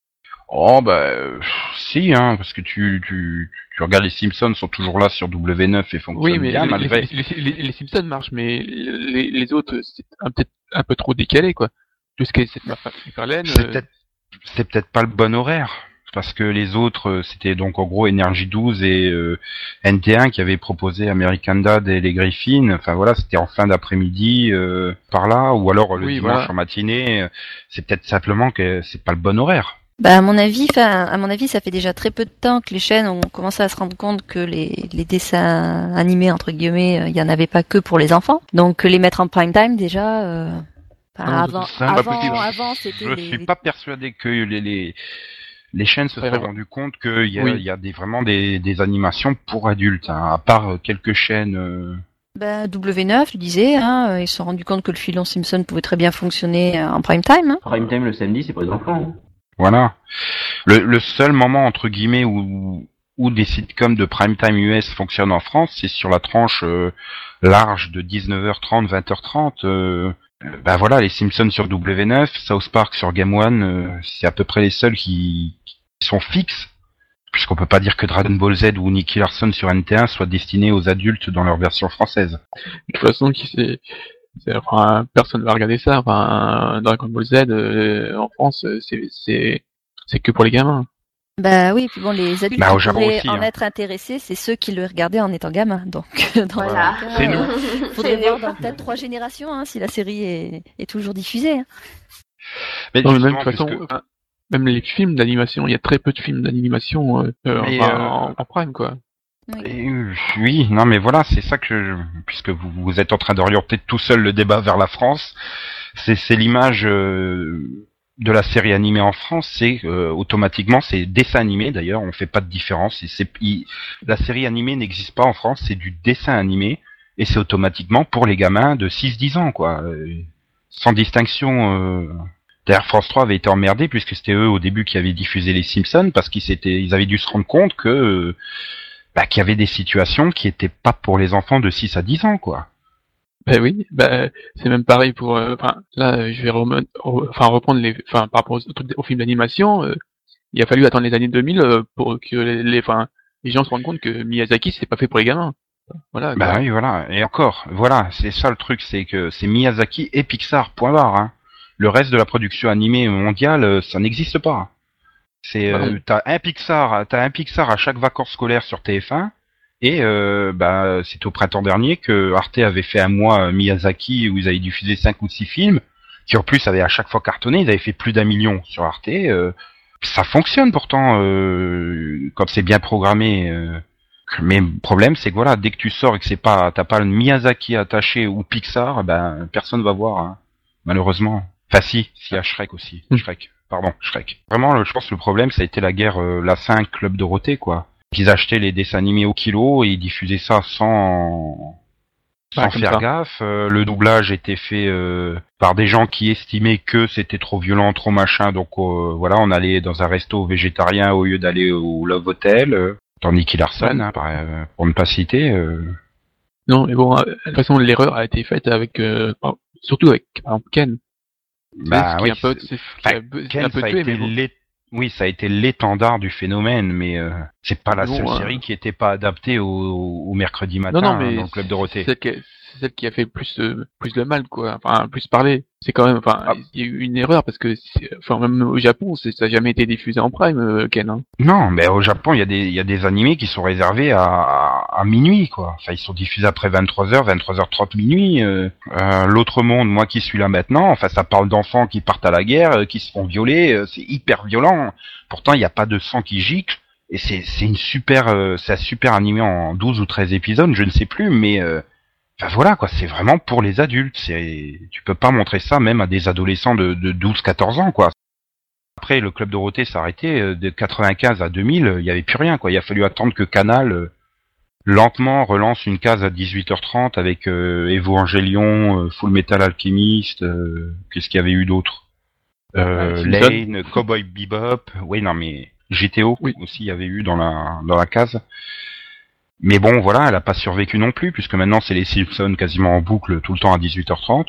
Oh bah euh, si, hein, parce que tu tu tu regardes les Simpsons sont toujours là sur W neuf et fonctionnent Oui, mais bien les, malgré. les, les, les- les Simpsons marchent, mais les, les autres, c'est un- peut-être un peu trop décalé, quoi. Jusqu'à cette MacFarlane, C'est euh, peut-être c'est peut-être pas le bon horaire parce que les autres euh, c'était donc en gros Énergie douze et euh, N T un qui avaient proposé American Dad et les Griffins. Enfin voilà, c'était en fin d'après-midi euh, par là ou alors euh, le Oui, dimanche voilà. en matinée. euh, C'est peut-être simplement que c'est pas le bon horaire. Bah à mon avis, enfin à mon avis, ça fait déjà très peu de temps que les chaînes ont commencé à se rendre compte que les, les dessins animés entre guillemets, euh, il y en avait pas que pour les enfants. Donc les mettre en prime time déjà. Euh... enfin, Ah, avant, c'est pas avant, possible. avant, c'était Je les, suis les- pas persuadé que les les les chaînes se Ouais, sont ouais. rendues compte qu'il y a Oui. il y a des vraiment des des animations pour adultes, hein, à part euh, quelques chaînes. euh, bah, W neuf, je disais, hein, euh, ils se sont rendus compte que le filon Simpson pouvait très bien fonctionner euh, en prime time. Hein. Prime time le samedi, c'est pour les enfants. Hein. Voilà. Le, le seul moment entre guillemets où où des sitcoms de prime time U S fonctionnent en France, c'est sur la tranche euh, large de dix-neuf heures trente, vingt heures trente. Euh, euh, bah voilà, les Simpsons sur W neuf, South Park sur Game One, euh, c'est à peu près les seuls qui, qui sont fixes, puisqu'on peut pas dire que Dragon Ball Z ou Nicky Larson sur N T un soient destinés aux adultes dans leur version française. De toute façon, qui c'est, c'est enfin, personne va regarder ça. Enfin, Dragon Ball Z euh, en France, c'est c'est c'est que pour les gamins. Bah oui, puis bon, les adultes Bah, au qui Japon pourraient aussi, en hein. être intéressés, c'est ceux qui le regardaient en étant gamin. Donc, dans Voilà. ce cas, C'est nous. euh, faudrait C'est voir nous. dans peut-être trois générations hein, si la série est, est toujours diffusée. Hein. Mais Non, mais même justement, de toute façon, puisque- enfin, même les films d'animation, il y a très peu de films d'animation euh, euh, Mais, enfin, euh, en, en prime, quoi. Oui. Et, euh, oui, non mais voilà, c'est ça que je, puisque vous, vous êtes en train d'orienter tout seul le débat vers la France, c'est, c'est l'image euh, de la série animée en France, c'est euh, automatiquement c'est dessin animé d'ailleurs, on fait pas de différence. Et c'est, il- la série animée n'existe pas en France, c'est du dessin animé et c'est automatiquement pour les gamins de six dix ans quoi, euh, sans distinction. Euh... D'ailleurs France trois avait été emmerdé puisque c'était eux au début qui avaient diffusé les Simpsons parce qu'ils s'étaient, ils avaient dû se rendre compte que euh, bah, qu'il y avait des situations qui étaient pas pour les enfants de six à dix ans, quoi. Ben oui, ben c'est même pareil pour. euh, Enfin, là, je vais remen- re- enfin reprendre les, enfin par rapport aux, trucs- aux films d'animation. euh, il a fallu attendre les années deux mille euh, pour que les, les, enfin, les gens se rendent compte que Miyazaki c'est pas fait pour les gamins. Voilà. Bah quoi. oui, voilà. Et encore, voilà, c'est ça le truc, c'est que c'est Miyazaki et Pixar, point barre. Hein. Le reste de la production animée mondiale, euh, ça n'existe pas. C'est, Bah euh, non. t'as un Pixar, t'as un Pixar à chaque vacances scolaires sur T F un. Et euh, bah c'était au printemps dernier que Arte avait fait un mois euh, Miyazaki où ils avaient diffusé cinq ou six films qui en plus avaient à chaque fois cartonné. Ils avaient fait plus d'un million sur Arte. Euh, ça fonctionne pourtant euh, quand c'est bien programmé. Euh, mais le problème c'est que voilà, dès que tu sors et que c'est pas, t'as pas le Miyazaki attaché ou Pixar, ben personne va voir. Hein, malheureusement. Enfin si, si y a Shrek aussi. Mm. Shrek. Pardon, Shrek. Vraiment, le- je pense que le problème ça a été la guerre, euh, la cinq Club Dorothée quoi. Qu'ils achetaient les dessins animés au kilo et ils diffusaient ça sans sans Ouais, comme faire ça. gaffe. Euh, le doublage était fait euh, par des gens qui estimaient que c'était trop violent, trop machin. Donc euh, voilà, on allait dans un resto végétarien au lieu d'aller au Love Hotel. Euh, dans Nicky Larson, Ouais. hein, par- euh, pour ne pas citer. Euh... Non, mais bon, euh, de toute façon, l'erreur a été faite avec, euh, oh, surtout avec par exemple, Ken. Bah c'est ce qui oui, est un peu, c'est- c'est ce qui est un peu, c'est Ken, un peu ça a tué, été mais bon. l'é- oui, ça a été l'étendard du phénomène, mais euh, c'est pas la Bon, seule euh, série qui était pas adaptée au, au mercredi matin Non, non, mais hein, dans le Club Dorothée. c'est celle qui a, c'est celle qui a fait plus, euh, plus de mal, quoi. Enfin, plus parler. C'est quand même, enfin, Ah. il y a eu une erreur parce que, c'est- enfin, même au Japon, c'est, ça a jamais été diffusé en prime, euh, Ken. Hein. Non, mais au Japon, il y a des il y a des animés qui sont réservés à, à, à minuit quoi. Enfin, ils sont diffusés après vingt-trois heures, vingt-trois heures trente minuit. Euh, euh, L'autre monde, moi qui suis là maintenant, enfin ça parle d'enfants qui partent à la guerre, euh, qui se font violer, euh, c'est hyper violent. Pourtant, il n'y a pas de sang qui gicle et c'est c'est une super euh, c'est un super animé en douze ou treize épisodes, je ne sais plus mais euh, enfin voilà quoi, c'est vraiment pour les adultes, c'est tu peux pas montrer ça même à des adolescents de de douze quatorze ans quoi. Après, le Club Dorothée s'est arrêté euh, de quatre-vingt-quinze à deux mille, il y avait plus rien quoi. Il a fallu attendre que Canal euh, lentement relance une case à dix-huit heures trente avec euh, Evangelion, euh, Full Metal Alchemist, euh, qu'est-ce qu'il y avait eu d'autre euh, Ouais, Simpson. Lane, Cowboy Bebop, oui non mais G T O Oui. aussi il y avait eu dans la dans la case. Mais bon voilà, elle a pas survécu non plus puisque maintenant c'est les Simpsons quasiment en boucle tout le temps à dix-huit heures trente.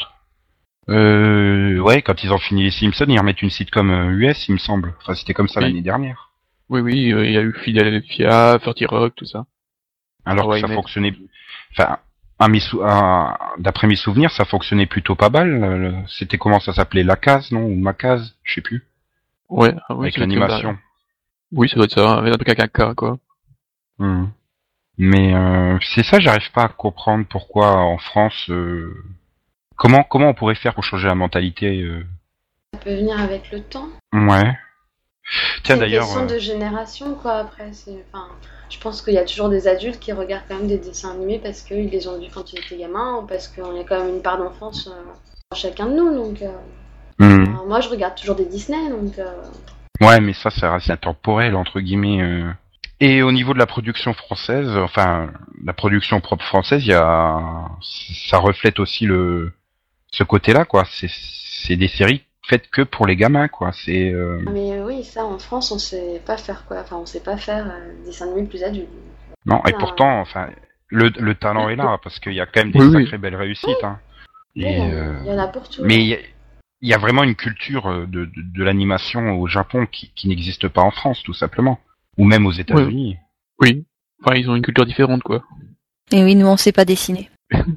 Euh, ouais, quand ils ont fini les Simpsons, ils remettent une sitcom euh, U S, il me semble. Enfin, c'était comme ça Oui. l'année dernière. Oui, oui, euh, il y a eu Philadelphia, thirty Rock, tout ça. Alors Ouais, que ça mais- fonctionnait. Enfin, à mes sou- à- d'après mes souvenirs, ça fonctionnait plutôt pas mal. le- C'était comment ça s'appelait, la case, non, ou ma case, je sais plus. Ouais, ah oui, avec ça doit être comme ça. l'animation. Oui, ça doit être ça, avec un truc à caca, quoi. Hmm. Mais euh, c'est ça, j'arrive pas à comprendre pourquoi en France. euh, Comment comment on pourrait faire pour changer la mentalité euh... Ça peut venir avec le temps. Ouais. Tiens C'est une d'ailleurs. question euh, de génération, quoi, après. C'est... Enfin, je pense qu'il y a toujours des adultes qui regardent quand même des dessins animés parce qu'ils les ont vus quand ils étaient gamins ou parce qu'on a quand même une part d'enfance euh, en chacun de nous. Donc, euh, hmm. enfin, moi, je regarde toujours des Disney, donc... euh, Ouais, mais ça, ça reste intemporel, entre guillemets. euh. Et au niveau de la production française, enfin, la production propre française, il y a, ça reflète aussi le, ce côté-là, quoi. C'est, c'est des séries faites que pour les gamins, quoi. C'est, euh... Mais euh, oui, oui, ça en France on sait pas faire quoi. Enfin, on sait pas faire euh, des dessins animés plus adultes. Non, et Ah. pourtant, enfin, le, le talent est là, parce qu'il y a quand même des Oui, oui. sacrées belles réussites. Hein. Oui, Et, il y en a- euh, il y en a pour tout. mais il y, a- il y a vraiment une culture euh, de, de, de l'animation au Japon qui, qui n'existe pas en France, tout simplement. Ou même aux États-Unis. Oui. Enfin, ils ont une culture différente, quoi. Et oui, nous on sait pas dessiner.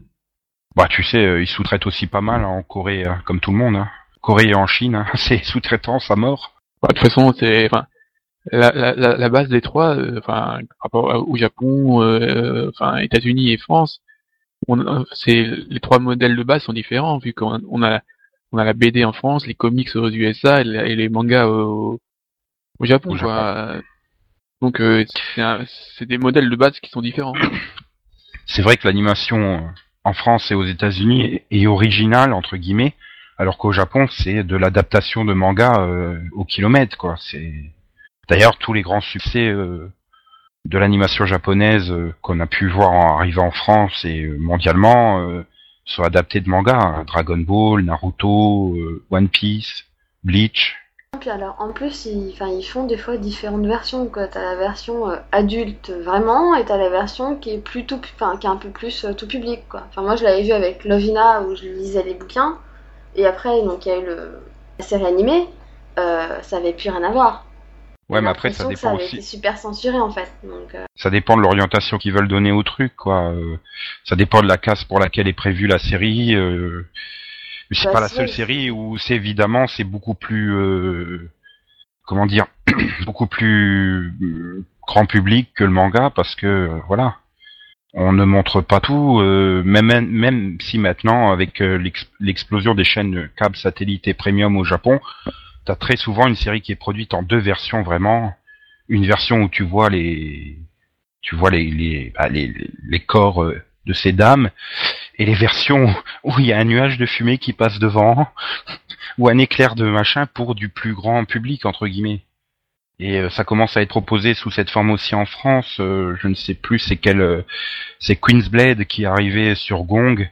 Bah, tu sais, euh, ils sous-traitent aussi pas mal hein, en Corée, hein, comme tout le monde. Hein. Corée et en Chine, hein, c'est sous-traitance à mort. Bah, de toute façon, c'est, enfin, la, la, la, la base des trois, euh, enfin, par rapport au Japon, euh, enfin, États-Unis et France, on, c'est les trois modèles de base sont différents vu qu'on on a, on a la B D en France, les comics aux U S A et, la- et les mangas au, au Japon, Au quoi. Donc, euh, c'est, un- c'est des modèles de base qui sont différents. C'est vrai que l'animation euh, en France et aux États-Unis est, est originale entre guillemets, alors qu'au Japon c'est de l'adaptation de manga euh, au kilomètre, quoi. C'est d'ailleurs tous les grands succès euh, de l'animation japonaise euh, qu'on a pu voir en, arriver en France et euh, mondialement euh, sont adaptés de manga. Hein. Dragon Ball, Naruto, euh, One Piece, Bleach. Puis alors, en plus, ils, enfin, ils font des fois différentes versions. Quoi. T'as la version euh, adulte vraiment, et t'as la version qui est plus tout, enfin, qui est un peu plus euh, tout public. Quoi. Enfin, moi, je l'avais vu avec Lovina où je lisais les bouquins, et après, donc, il y a eu le, la série animée. Euh, ça avait plus rien à voir. Ouais, J'ai mais après ça l'impression que dépend ça avait aussi. été super censuré en fait. Donc, euh, Ça dépend de l'orientation qu'ils veulent donner au truc, quoi. Euh, ça dépend de la case pour laquelle est prévue la série. Euh, mais c'est Bah, pas la c'est seule vrai. série où c'est évidemment c'est beaucoup plus euh, comment dire beaucoup plus euh, grand public que le manga parce que euh, voilà on ne montre pas tout euh, même même si maintenant avec euh, l'ex- l'explosion des chaînes câbles satellite et premium au Japon t'as très souvent une série qui est produite en deux versions vraiment une version où tu vois les tu vois les les bah, les, les corps euh, de ces dames et les versions où il y a un nuage de fumée qui passe devant ou un éclair de machin pour du plus grand public entre guillemets. Et euh, ça commence à être proposé sous cette forme aussi en France. Euh, je ne sais plus c'est quel euh, c'est Queen's Blade qui est arrivé sur Gong,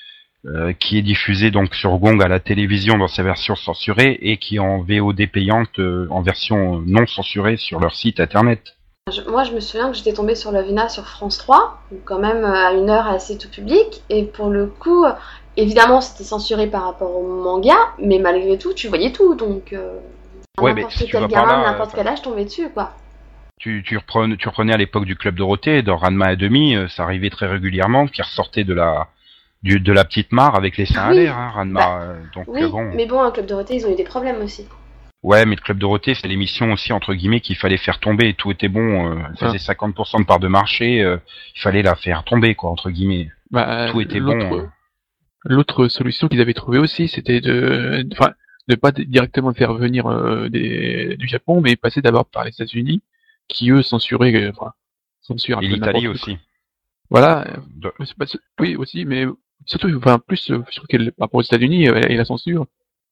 euh, qui est diffusé donc sur Gong à la télévision dans sa version censurée et qui est en V O D payante euh, en version non censurée sur leur site internet. je- moi, je me souviens que j'étais tombée sur Lovina sur France trois, donc quand même euh, à une heure assez tout public, et pour le coup, euh, évidemment, c'était censuré par rapport au manga, mais malgré tout, tu voyais tout, donc euh, Ouais, mais n'importe si tu quel vas par gamin de là, n'importe euh, quel âge tombait dessus, quoi. Tu, tu, reprenais, tu reprenais à l'époque du Club Dorothée, dans Ranma et demi, euh, ça arrivait très régulièrement, qui ressortait de la du, de la petite mare avec les seins à Oui. l'air, hein, Ranma. Bah, euh, donc Oui, euh, bon. mais bon, un Club Dorothée, ils ont eu des problèmes aussi. Ouais, mais le Club Dorothée, c'est l'émission aussi entre guillemets qu'il fallait faire tomber. Et tout était bon, euh, elle faisait cinquante pour cent de part de marché, euh, il fallait la faire tomber quoi entre guillemets. Bah, Tout était l'autre, bon. hein. l'autre solution qu'ils avaient trouvée aussi, c'était de, enfin, de pas d- directement faire venir euh, des, du Japon, mais passer d'abord par les États-Unis, qui eux censuraient, euh, enfin, censurent un Et peu l'Italie n'importe quoi. aussi. Voilà, euh, De- c'est pas- oui aussi, mais surtout, enfin, plus euh, sur quel, par rapport aux États-Unis euh, et la censure,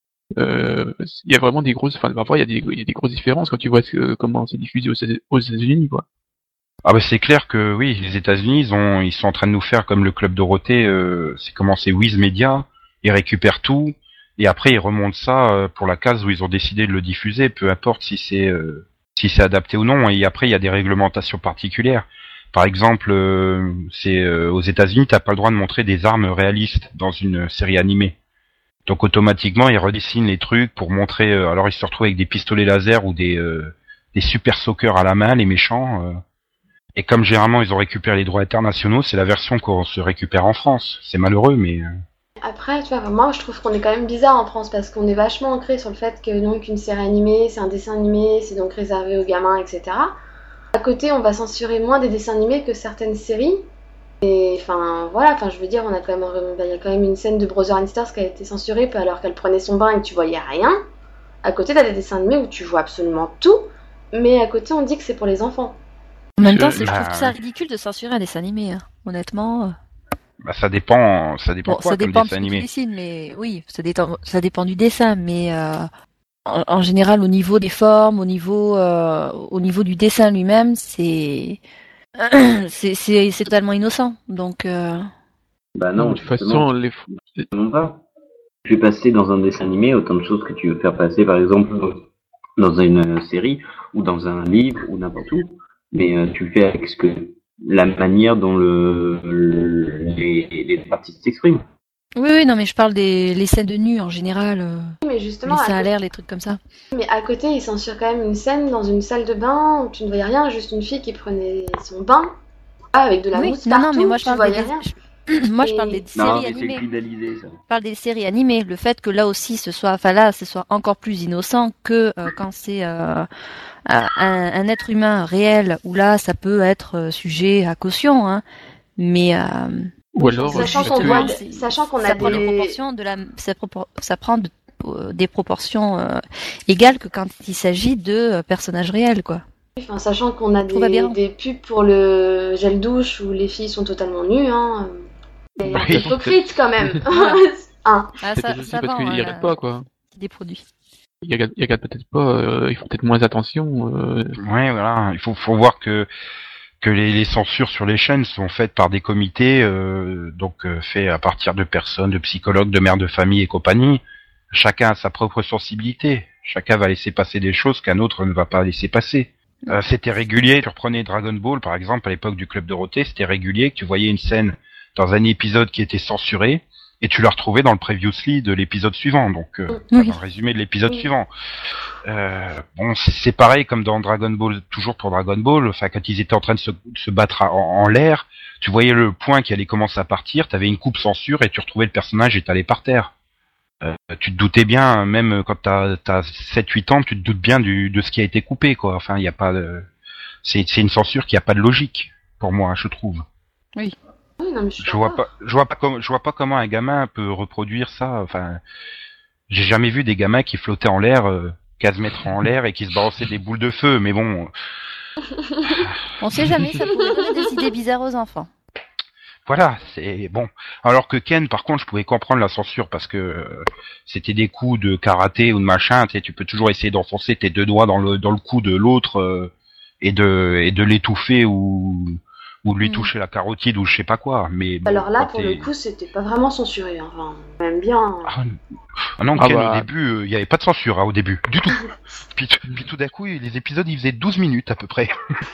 euh, il y a vraiment des grosses, enfin, parfois il y a des, il y a des grosses différences quand tu vois ce- comment c'est diffusé aux, aux États-Unis, quoi. Ah bah c'est clair que oui, les États-Unis, ils ont, ils sont en train de nous faire comme le Club Dorothée. Euh, c'est comment c'est Wiz Media, ils récupèrent tout et après ils remontent ça euh, pour la case où ils ont décidé de le diffuser, peu importe si c'est euh, si c'est adapté ou non. Et après il y a des réglementations particulières. Par exemple, euh, c'est euh, aux États-Unis, t'as pas le droit de montrer des armes réalistes dans une série animée. Donc automatiquement ils redessinent les trucs pour montrer. Euh, alors ils se retrouvent avec des pistolets laser ou des euh, des super sockers à la main, les méchants. Euh, Et comme généralement ils ont récupéré les droits internationaux, c'est la version qu'on se récupère en France. C'est malheureux, mais euh, Après, tu vois, moi je trouve qu'on est quand même bizarre en France parce qu'on est vachement ancré sur le fait que donc une série animée, c'est un dessin animé, c'est donc réservé aux gamins, et cetera. À côté, on va censurer moins des dessins animés que certaines séries. Et enfin, voilà, enfin, je veux dire, on a quand même, bah, il y a quand même une scène de Brother and Sisters qui a été censurée alors qu'elle prenait son bain et que tu voyais rien. À côté, t'as des dessins animés où tu vois absolument tout, mais à côté, on dit que c'est pour les enfants. En même Je- temps, c'est- je bah, trouve ça ridicule de censurer un dessin animé, hein. Honnêtement. euh. bah, ça dépend, ça dépend Bon, quoi ça comme dépend de dessin ce que tu animé. dessines, mais oui, ça dépend, ça dépend du dessin, mais euh, en, en général, au niveau des formes, au niveau, euh, au niveau du dessin lui-même, c'est, c'est, c'est, c'est totalement innocent. Donc, euh, Bah Non, non, de toute justement, façon, les, justement pas. Tu fais passer dans un dessin animé autant de choses que tu veux faire passer, par exemple, dans une série ou dans un livre ou n'importe où, mais euh, tu le fais avec ce que la manière dont le, le les, les artistes s'expriment. Oui, oui, non, mais je parle des les scènes de nu en général, euh, Mais les justement, seins à à côté, l'air, les trucs comme ça. mais à côté, ils censurent quand même une scène dans une salle de bain où tu ne voyais rien, juste une fille qui prenait son bain, ah, avec de la Oui, mousse non, partout, non, mais moi je tu parle voyais des, rien. je- moi je Et- parle des Non, séries mais c'est animées. criminalisé ça. Je parle des séries animées. Le fait que là aussi ce soit, enfin là, ce soit encore plus innocent que euh, quand c'est euh, un, un être humain réel, où là ça peut être euh, sujet à caution, hein. Mais euh, Ou alors, Sachant euh, qu'on parce que- voit- c'est- sachant qu'on ça a prend des des- proportions de la, ça, propor- ça prend de- euh, des proportions euh, égales que quand il s'agit de euh, personnages réels, quoi. Enfin, sachant qu'on a Tout va bien. des, des pubs pour le gel douche où les filles sont totalement nues, hein. C'est un Bah, peu oui. hypocrite quand même. Voilà. Hein. Ah, peut-être ça, aussi ça parce vend, qu'ils hein, regardent là, pas, quoi. des produits. Ils regardent, ils regardent peut-être pas, euh, ils font peut-être moins attention. Euh... Ouais, voilà. Il faut, faut voir que que les, les censures sur les chaînes sont faites par des comités, euh, donc euh, faits à partir de personnes, de psychologues, de mères de famille et compagnie. Chacun a sa propre sensibilité. Chacun va laisser passer des choses qu'un autre ne va pas laisser passer. Euh, c'était régulier. Tu reprenais Dragon Ball, par exemple, à l'époque du Club Dorothée, c'était régulier que tu voyais une scène dans un épisode qui était censuré et tu la retrouvais dans le previously de l'épisode suivant. Donc, euh, Oui. dans le résumé de l'épisode Oui. suivant. Euh, bon, c'est c'est pareil comme dans Dragon Ball, toujours pour Dragon Ball. Enfin, quand ils étaient en train de se, se battre à- en, en l'air, tu voyais le point qui allait commencer à partir. T'avais une coupe censure et tu retrouvais le personnage étalé par terre. Euh, tu te doutais bien, même quand t'as t'as sept huit ans, tu te doutes bien du de ce qui a été coupé, quoi. Enfin, il y a pas de, c'est c'est une censure qui a pas de logique pour moi, je trouve. Oui, non, mais je suis Je vois d'accord. pas, je vois pas comment, je vois pas comment un gamin peut reproduire ça. Enfin, j'ai jamais vu des gamins qui flottaient en l'air, euh, quinze mètres en l'air et qui se balançaient des boules de feu. Mais bon, On sait jamais, ça pourrait donner des idées bizarres aux enfants. voilà, c'est bon. Alors que Ken, par contre, je pouvais comprendre la censure parce que euh, c'était des coups de karaté ou de machin. Tu sais, tu peux toujours essayer d'enfoncer tes deux doigts dans le dans le cou de l'autre euh, et de et de l'étouffer ou ou de lui Mm. toucher la carotide ou je sais pas quoi. Mais bon, Alors là, quand pour t'es- le coup, c'était pas vraiment censuré. hein. Enfin, même bien. Ah, ah non, Ah Ken, bah. au début, euh, il y avait pas de censure, hein, au début, du tout. puis, t- puis tout d'un coup, les épisodes, ils faisaient douze minutes à peu près.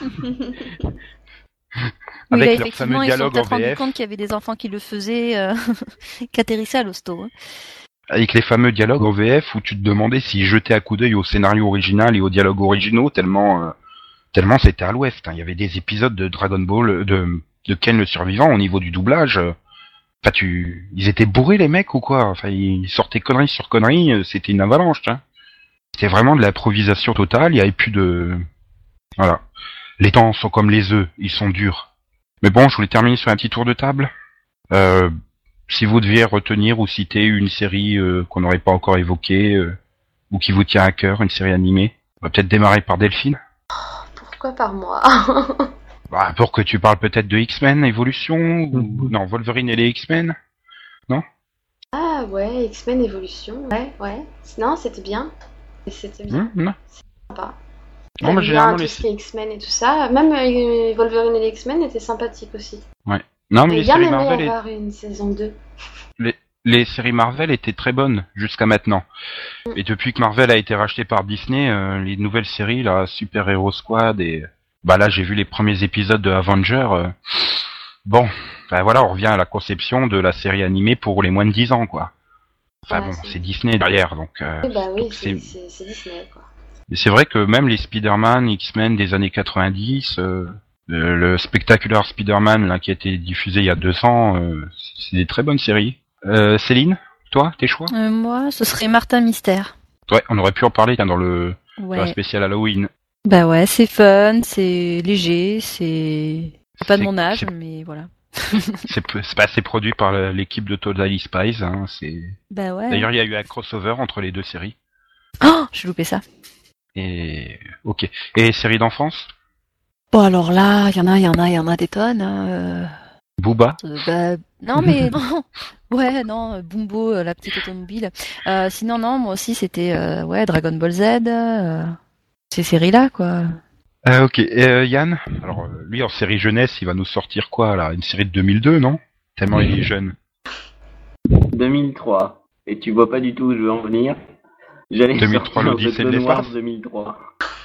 Oui, là, Avec leur effectivement, fameux ils se sont dialogue en peut-être rendus V F, compte qu'il y avait des enfants qui le faisaient, euh, qui atterrissaient à l'hosto. hein. avec les fameux dialogues en V F où tu te demandais s'ils jetaient un coup d'œil au scénario original et aux dialogues originaux, tellement, euh, tellement c'était à l'ouest. hein. Il y avait des épisodes de Dragon Ball, euh, de, de Ken le Survivant au niveau du doublage. euh, Enfin, tu, ils étaient bourrés les mecs ou quoi? Enfin, ils sortaient conneries sur conneries. euh, C'était une avalanche. Hein. C'était vraiment de l'improvisation totale. Il y avait plus de, voilà. Les temps sont comme les œufs, ils sont durs. Mais bon, je voulais terminer sur un petit tour de table. Euh, si vous deviez retenir ou citer une série euh, qu'on n'aurait pas encore évoquée euh, ou qui vous tient à cœur, une série animée, on va peut-être démarrer par Delphine. Pourquoi par moi? Bah, pour que tu parles peut-être de X-Men Evolution ou Mhm. non Wolverine et les X-Men. Ah ouais, X-Men Evolution. Ouais, ouais. Non, c'était bien. C'était bien. Hum, non. Sympa. Non, mais J'aime généralement bien les tout ce qui est X-Men et tout ça. Même euh, Wolverine et les X-Men étaient sympathiques aussi. non mais J'ai les bien séries aimé Marvel, et- avoir une saison deux. les séries Marvel étaient très bonnes jusqu'à maintenant. Et depuis que Marvel a été racheté par Disney, euh, les nouvelles séries, là, Super Hero Squad et bah là j'ai vu les premiers épisodes de Avenger. euh, Bon, ben voilà, on revient à la conception de la série animée pour les moins de dix ans, quoi. Enfin Ouais, bon, c'est- c'est Disney derrière, donc. Euh, Oui, bah oui, donc c'est c'est- c'est- c'est Disney, quoi. Et c'est vrai que même les Spider-Man, X-Men des années quatre-vingt-dix, euh, le, le Spectacular Spider-Man là qui a été diffusé il y a deux ans, euh, c'est des très bonnes séries. Euh, Céline, toi, tes choix? Euh, moi, ce serait Martin Mystère. Ouais, on aurait pu en parler tiens, dans le dans la Ouais. spéciale Halloween. Bah ouais, c'est fun, c'est léger, c'est c'est pas de C'est- mon âge, c'est- mais voilà. C'est peu- c'est pas assez produit par le- l'équipe de Totally Spies. Hein, c'est... Bah ouais. D'ailleurs, il y a eu un crossover entre les deux séries. Oh, j'ai loupé ça. Et ok. Et série d'enfance? Bon alors là, il y en a, il y en a, il y en a des tonnes. hein, euh, Booba? euh, bah, non mais non. Ouais, non, euh, Bumbo, euh, la petite automobile. Euh, sinon non, moi aussi c'était euh, ouais Dragon Ball Z. euh, ces séries-là quoi. Euh, ok. Et, euh, Yann? Alors euh, lui en série jeunesse, il va nous sortir quoi là? Une série de deux mille deux, non? Tellement il est jeune. deux mille trois. Et tu vois pas du tout où je veux en venir. J'allais deux mille sortir trois, l'Odyssée de The Clone Wars l'espace. deux mille trois.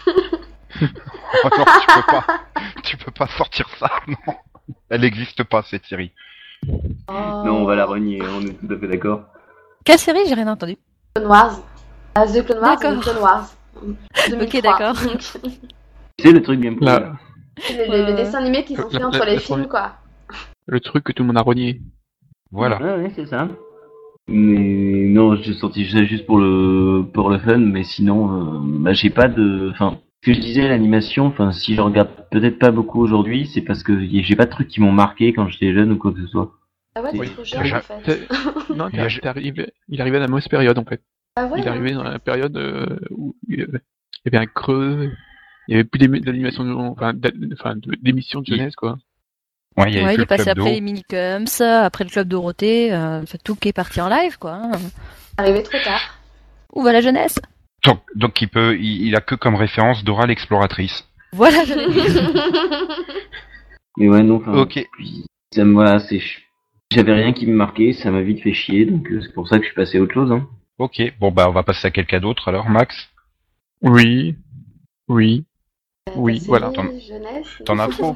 Oh non, tu peux pas. Tu peux pas sortir ça, non. Elle n'existe pas, cette série. Oh. Non, on va la renier, on est tout à fait d'accord. Quelle série? J'ai rien entendu. Clone Wars. Ah, The Clone Wars, D'accord. The Clone Wars. deux mille trois. Ok, d'accord. C'est le truc bien pourri. Là, les, les, les dessins animés qu'ils ont La- fait entre la- les la films, quoi. le truc que tout le monde a renié. Voilà. Ouais, ouais, c'est ça. Mais non, j'ai sorti ça juste pour le pour le fun, mais sinon, euh, bah, j'ai pas de. Enfin, ce que je disais, l'animation. Enfin, si je regarde peut-être pas beaucoup aujourd'hui, c'est parce que y- j'ai pas de trucs qui m'ont marqué quand j'étais jeune ou quoi que ce soit. Ah ouais, t'es Oui. trop jeune, J'ai- en fait. T'es- Non, Il y a- t'es t'es arrivé, il arrivait à la mauvaise période en fait. Ah ouais, Il est hein. arrivé dans la période euh, où il y avait il y avait un creux, il y avait plus d'émi- d'animation, de- enfin, d'a- enfin, de- d'émissions de jeunesse quoi. Ouais, il y a Ouais, eu il que est passé le club après d'eau. les Minicums, après le Club Dorothée, euh, enfin, tout qui est parti en live, quoi. hein. Arrivé trop tard. Où va la jeunesse? Donc, donc il peut, il, il a que comme référence Dora l'exploratrice. Voilà, j'allais dire. Mais ouais, non. Enfin, Ok. puis, ça me voilà, c'est. ch- J'avais rien qui me marquait, ça m'a vite fait chier, donc euh, c'est pour ça que je suis passé à autre chose. Hein. Ok. Bon bah on va passer à quelqu'un d'autre alors, Max. Oui, oui. Euh, Oui, ta voilà. série jeunesse. T'en as trop.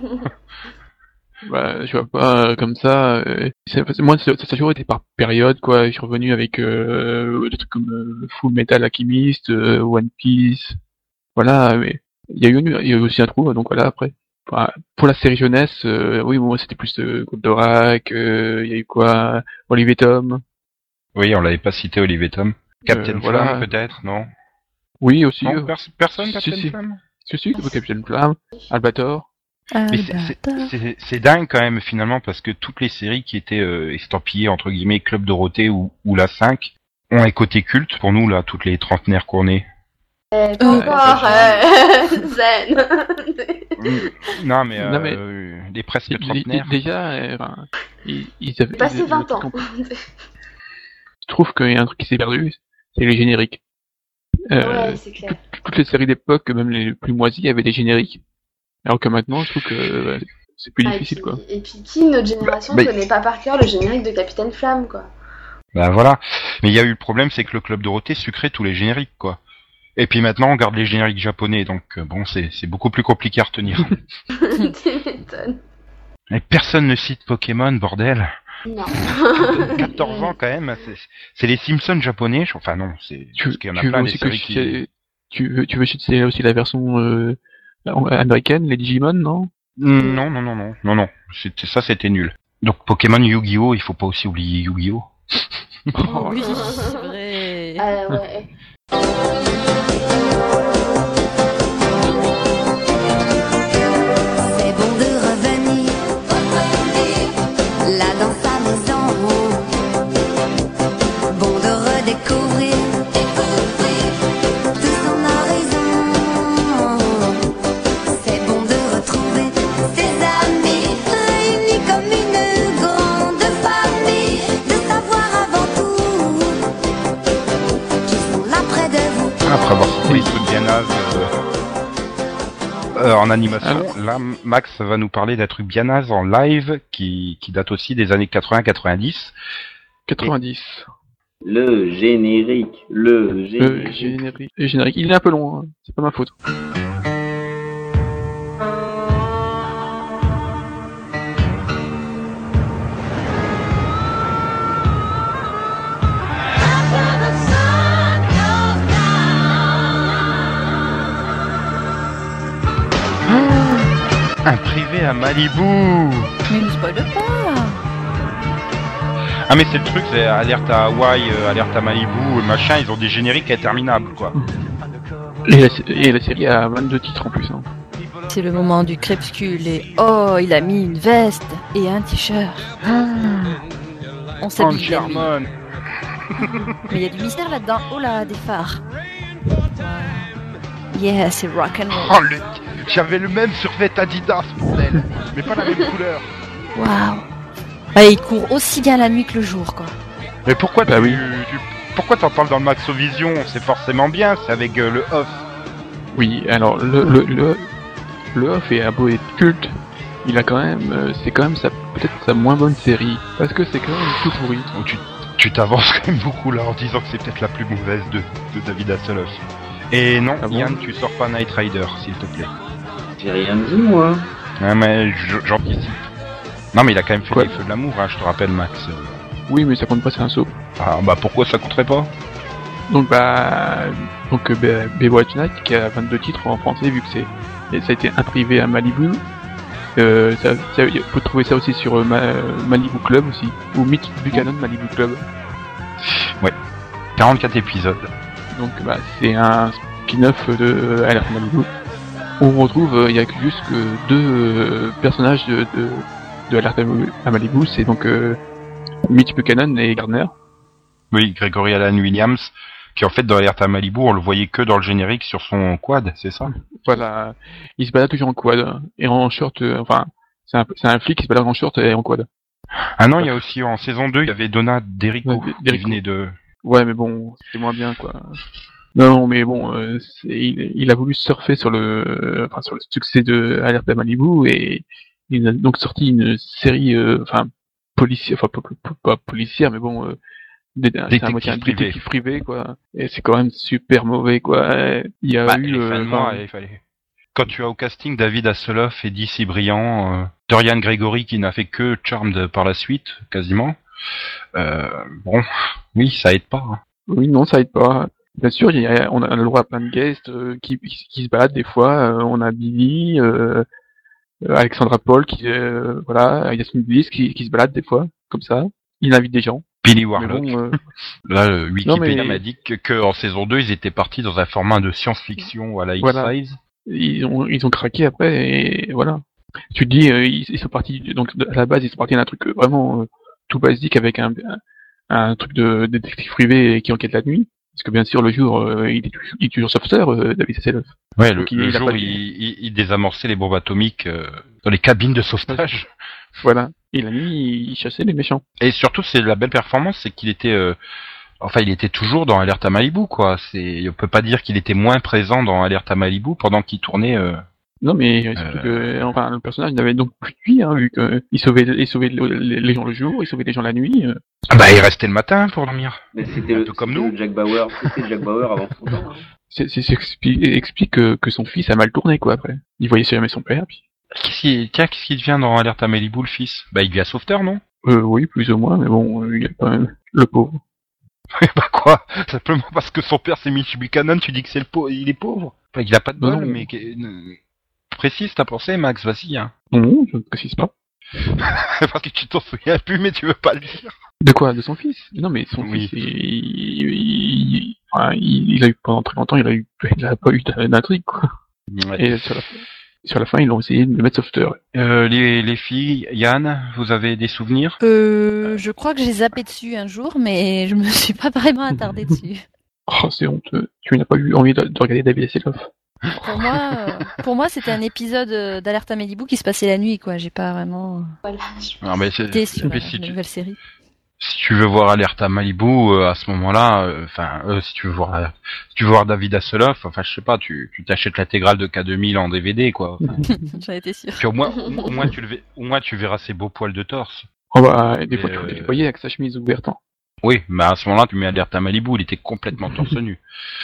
Bah, je vois pas euh, comme ça. Euh, c'est- parce que moi, ça, ça a toujours été par période, quoi. Je suis revenu avec euh, des trucs comme euh, Full Metal Alchemist, euh, One Piece. Voilà, mais il y a eu, il y a eu aussi un trou, donc voilà, après. Enfin, pour la série jeunesse, euh, oui, bon, moi, c'était plus euh, Goldorak, euh, il y a eu quoi, Olivier Tom. Oui, on l'avait pas cité, Olivier Tom. Captain Euh, voilà. Flamme peut-être, non? Oui, aussi. Non, euh, pers- personne, si, Captain si. Flamme. Si, si, Captain Flamme, Albator. Mais c'est- c'est- c'est c'est dingue quand même finalement parce que toutes les séries qui étaient euh, estampillées entre guillemets Club Dorothée ou, ou la cinq ont un côté culte pour nous là, toutes les trentenaires qu'on est. Eh, pas Euh, encore, euh, Zen. Non mais, euh, Non, mais- euh, les presque Dé- dé- trentenaires. Déjà, euh, enfin, ils, ils avaient. Passé ils avaient- vingt ans. Je trouve qu'il y a un truc qui s'est perdu, c'est les génériques. Euh, Ouais, c'est clair. toutes les séries d'époque, même les plus moisies, avaient des génériques. Alors que maintenant, je trouve que euh, c'est plus Ah, difficile, et, quoi. puis, et puis, qui, notre génération, Bah, bah, connaît pas par cœur le générique de Capitaine Flamme, quoi. Bah voilà. Mais il y a eu le problème, c'est que le Club Dorothée sucrait tous les génériques quoi. Et puis maintenant on garde les génériques japonais, donc euh, bon c'est c'est beaucoup plus compliqué à retenir. Tu m'étonnes. Et personne ne cite Pokémon, bordel. Non. quatorze ans quand même, c'est c'est les Simpsons japonais, je- enfin non, c'est Tu, parce qu'il y en a tu veux plein des aussi que séries je- qui... tu veux, tu veux citer aussi la version euh, américaine, les Digimon, non? Non, non, non, non, non, non, c'était ça, c'était nul. Donc Pokémon Yu-Gi-Oh, il faut pas aussi oublier Yu-Gi-Oh. Oh, oui, c'est vrai. Ah ouais. C'est bon de revenir, là dans sa maison. Bon de redécouvrir tout son horizon. C'est bon de retrouver ses amis réunis comme une grande famille. De savoir avant tout qu'ils sont là près de vous. Après avoir cité les trucs bien nazes euh, euh, en animation, là Max va nous parler d'un truc bien naze en live qui, qui date aussi des années quatre-vingts quatre-vingt-dix. quatre-vingt-dix. Le générique, le Le générique. générique. Le générique. Il est un peu long, hein. C'est pas ma faute. Un privé à Malibu. Mais ne spoil pas. Ah mais c'est le truc, c'est alerte à Hawaï, euh, alerte à Malibu, euh, machin, ils ont des génériques interminables quoi. Et la, et la série a vingt-deux titres en plus. Hein. C'est le moment du crépuscule et oh, il a mis une veste et un t-shirt. Ah. On s'habille bien, lui. Charmon. Mais il y a du mystère là-dedans. Oh là, des phares. Yeah, c'est rock and Oh roll. le... J'avais le même survêt Adidas, bordel. Mais pas la même couleur. Waouh. Ouais, il court aussi bien la nuit que le jour, quoi. Mais pourquoi Bah tu, oui. tu- pourquoi t'en parles dans le Maxovision? C'est forcément bien, c'est avec euh, le off. Oui, alors le le le, le off est un beau et culte. Il a quand même, euh, c'est quand même sa peut-être sa moins bonne série parce que c'est quand même tout pourri. Donc, tu, tu t'avances quand même beaucoup là en disant que c'est peut-être la plus mauvaise de, de David Hasselhoff. Et non, Ah bon Yann, tu sors pas Knight Rider, s'il te plaît. J'ai rien dit, moi. Ouais, mais j- j'anticipe. Non, mais il a quand même fait Quoi les feux de l'amour, hein, je te rappelle, Max. Oui, mais ça compte pas, c'est un saut. Ah, bah pourquoi ça compterait pas? Donc bah donc euh, Bay- Baywatch Night qui a vingt-deux titres en français vu que c'est et ça a été imprimé à Malibu. Euh, ça, ça, on peut trouver ça aussi sur euh, Ma- Malibu Club aussi ou Meet Buchanan Malibu Club. quarante-quatre épisodes. Donc bah c'est un spin-off de euh, Alerte Malibu où on retrouve euh, il y a que juste que deux euh, personnages de de, de Alerte à Malibu, c'est donc euh, Mitch Buchanan et Gardner. Oui, Gregory Alan Williams, qui en fait dans Alerte à Malibu, on le voyait que dans le générique sur son quad, c'est ça? Voilà, il se balade toujours en quad et en short. euh, enfin, c'est un, c'est un flic qui se balade en short et en quad. Ah non, il y a aussi en saison deux, il y avait Donna Derrico, Ouais, qui Derrico. venait de... Ouais, mais bon, c'est moins bien quoi. Non, mais bon, euh, c'est, il, il a voulu surfer sur le, enfin, sur le succès de Alerte à Malibu et il a donc sorti une série, euh, enfin, policière, enfin pas, pas- pas policière, mais bon, euh, dé- c'est à Détective moitié un privé. détective privé quoi. Et c'est quand même super mauvais quoi. Il y a Bah, eu, les fins euh, de mois, enfin, il fallait... Quand tu as au casting David Hasselhoff et D C Brillant, euh, Dorian Gregory qui n'a fait que Charmed par la suite, quasiment, euh, bon, oui, ça aide pas. Hein. oui, non, ça aide pas. Bien sûr, il y a, on a le droit à plein de guests euh, qui, qui se baladent des fois. Euh, on a Billy, euh, Alexandra Paul, qui, euh, voilà, Yasmin Bliss qui, qui se balade des fois, comme ça. Il invite des gens. Billy Mais Warlock. bon, euh, Là, euh, Wikipédia mais- m'a dit que, que en saison deux, ils étaient partis dans un format de science-fiction à la Voilà. X-Files. ils ont, ils ont craqué après et voilà. Tu te dis, euh, ils, ils sont partis, donc à la base, ils sont partis d'un truc euh, vraiment euh, tout basique avec un, un, un truc de détective privé qui enquête la nuit. Parce que bien sûr, le jour, euh, il, est, il est toujours sauveteur, euh, David Hasselhoff. Ouais, le, Donc, il- le il a jour, pas il, de- il, il désamorçait les bombes atomiques euh, dans les cabines de sauvetage. Voilà. Et la nuit, il chassait les méchants. Et surtout, c'est la belle performance, c'est qu'il était, euh, enfin, il était toujours dans Alerte à Malibu, quoi. C'est, on peut pas dire qu'il était moins présent dans Alerte à Malibu pendant qu'il tournait. Euh... Non, mais euh, surtout que, enfin, le personnage n'avait donc plus de vie, hein, vu qu'il sauvait, il sauvait le- les les gens le jour, il sauvait les gens la nuit. euh. Ah bah, il restait le matin pour dormir. Mais c'était Un le, peu comme c'était nous. le Jack Bauer, c'était Jack Bauer avant son temps. hein. C'est, c'est, c'est expli- explique que, que son fils a mal tourné, quoi, après. Il voyait jamais son père, puis. Qu'est-ce qui, tiens, qu'est-ce qui devient dans Alerte à Malibu, le fils? Bah, il devient sauveteur, non? Euh, oui, plus ou moins, mais bon, euh, il y a quand même le pauvre. Bah quoi? Simplement parce que son père c'est Mitch Buchanan, tu dis que c'est le pauvre, il est pauvre? Enfin, il a pas de Non, bol, non. mais que- précise ta pensée, Max, vas-y, hein. Non, je ne précise pas. Parce que tu t'en souviens plus, mais tu veux pas le dire. De quoi? De son fils? Non, mais son Oui. fils, il, il, il, enfin, il- il a eu, pendant très longtemps, il a eu, il a pas eu d'intrigue, quoi. Et sur la, sur la fin, ils ont essayé de le mettre sauveteur. Euh, les, les filles, Yann, vous avez des souvenirs? Euh, je crois que j'ai zappé dessus un jour, mais je me suis pas vraiment attardée dessus. Oh, c'est honteux. Tu n'as pas eu envie de, de regarder David Hasselhoff. Pour moi, euh, pour moi, c'était un épisode euh, d'Alerte à Malibu qui se passait la nuit, quoi. J'ai pas vraiment Voilà. Non, mais c'est, été sur mais la, si, la tu, nouvelle série. si tu veux voir Alerte à Malibu, euh, à ce moment-là, enfin, euh, si tu veux voir, euh, si tu veux voir David Hasselhoff, enfin, je sais pas, tu, tu t'achètes l'intégrale de K deux mille en D V D, quoi. Enfin, J'en étais sûre. puis au moins, au, au moins tu le, ver- au moins tu verras ses beaux poils de torse. Oh, bah, des fois, Et, tu euh, tu le voyais avec sa chemise ouverte. hein. Oui, mais à ce moment-là, tu mets Alerte à Malibu, il était complètement torse nu.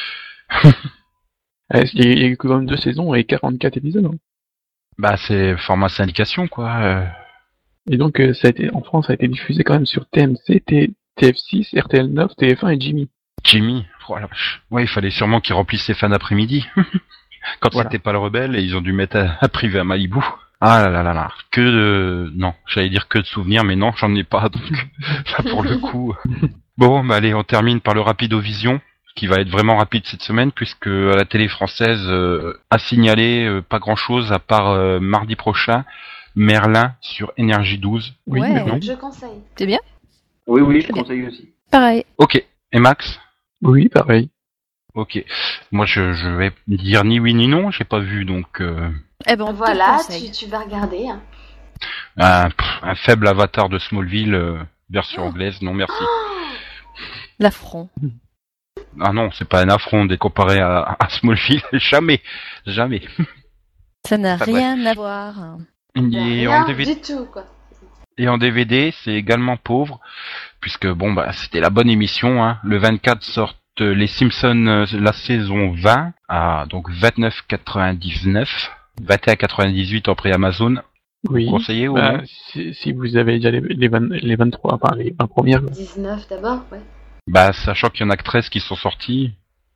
Euh, Il y a il y a eu quand même deux saisons et quarante-quatre épisodes. hein. Bah, c'est format syndication, quoi. euh. Et donc, euh, ça a été, en France, ça a été diffusé quand même sur T M C, T- TF six, R T L neuf, T F un et Jimmy. Jimmy, oh la vache. Ouais, il fallait sûrement qu'il remplisse ses fins d'après-midi. Quand Voilà. c'était pas le rebelle, et ils ont dû mettre à, à privé à Malibu. Ah là là là là. Que de... Non, j'allais dire que de souvenirs, mais non, j'en ai pas, donc là, pour le coup... Bon, bah allez, on termine par le Rapidovision, qui va être vraiment rapide cette semaine, puisque à la télé française euh, a signalé euh, pas grand-chose, à part euh, mardi prochain, Merlin sur Énergie douze. Oui, Ouais. mais non. Je conseille. C'est bien? Oui, oui, je conseille aussi. Pareil. Ok. Et Max? Oui, pareil. Ok. Moi, je, je vais dire ni oui ni non, j'ai pas vu, donc... Euh, Eh ben, on te Voilà, le conseille. tu, tu vas regarder. hein. un, pff, un faible avatar de Smallville, euh, version anglaise, non merci. L'affront. Ah non, c'est pas un affront dès comparé à, à Smallville, jamais, jamais. Ça n'a Enfin, rien à voir. Y a Et rien en D V D, du tout, quoi. Et en D V D, c'est également pauvre, puisque bon bah c'était la bonne émission. Hein. Le vingt-quatre sortent Les Simpsons euh, la saison vingt à donc vingt-neuf quatre-vingt-dix-neuf, vingt et un quatre-vingt-dix-huit en pré-Amazon. Oui. Vous conseillez ou Bah, non si, si vous avez déjà les, les, vingt, les vingt-trois, enfin les vingt premières. dix-neuf d'abord, ouais. Bah sachant qu'il y en a que treize qui sont sortis.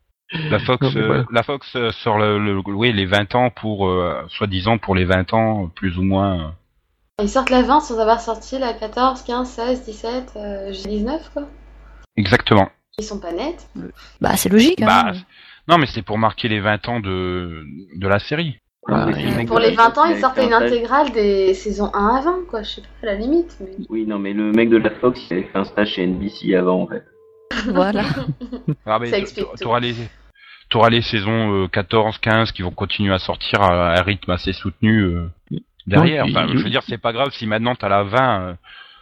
La Fox, Non, mais euh, voilà. la Fox euh, sort le, le, oui, les vingt ans pour, euh, soi-disant pour les vingt ans, plus ou moins. euh. Ils sortent la vingt sans avoir sorti la quatorze, quinze, seize, dix-sept, euh, dix-neuf, quoi. Exactement. Ils sont pas nets. Bah, c'est logique. Hein. Bah, non, mais c'est pour marquer les vingt ans de, de la série. Ah, Mais c'est le mec Pour de la les vingt Fox ans, qui ils avait sortaient fait une un stage- intégrale des saisons un à vingt, quoi. Je sais pas, à la limite. Mais... Oui, non, mais le mec de la Fox, il avait fait un stage chez N B C avant, en fait. Voilà. Ah, mais Ça t- explique tout. t'auras les, t'auras les saisons euh, quatorze, quinze qui vont continuer à sortir à un rythme assez soutenu euh, derrière. Non, Enfin, il- je veux dire, c'est pas grave si maintenant t'as la vingt, euh,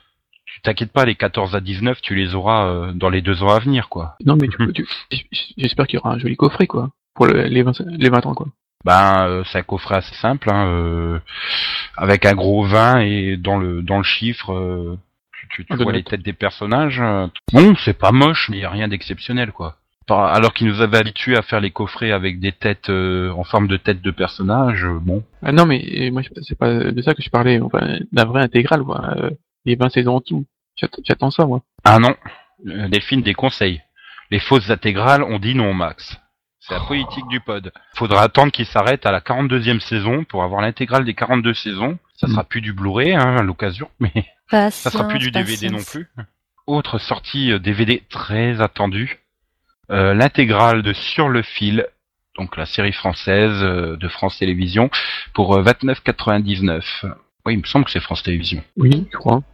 tu t'inquiètes pas, les quatorze à dix-neuf, tu les auras euh, dans les deux ans à venir, quoi. Non, mais tu peux, tu, j'espère qu'il y aura un joli coffret, quoi. Pour le, les, vingt, les vingt ans, quoi. Ben, euh, c'est un coffret assez simple, hein, euh, avec un gros vingt et dans le dans le chiffre, euh, tu, tu, tu Ah, vois de les notes. têtes des personnages. euh. Bon, c'est pas moche, mais il y a rien d'exceptionnel, quoi. Par- Alors qu'ils nous avaient habitués à faire les coffrets avec des têtes euh, en forme de tête de personnages, euh, bon. Ah non, mais euh, moi, c'est pas de ça que je parlais. Enfin, la vraie intégrale, quoi. Euh, les vingt saisons en tout. J'attends, j'attends ça, moi. Ah non, euh, Delphine déconseille. Les fausses intégrales, on dit non, Max. C'est la politique du pod. Faudra attendre qu'il s'arrête à la quarante-deuxième saison pour avoir l'intégrale des quarante-deux saisons. Ça sera plus du Blu-ray, hein, à l'occasion, mais ça sera plus du D V D non plus. Autre sortie euh, D V D très attendue, euh, l'intégrale de Sur le fil, donc la série française euh, de France Télévisions, pour euh, vingt-neuf quatre-vingt-dix-neuf. Oui, il me semble que c'est France Télévisions. Oui, je crois.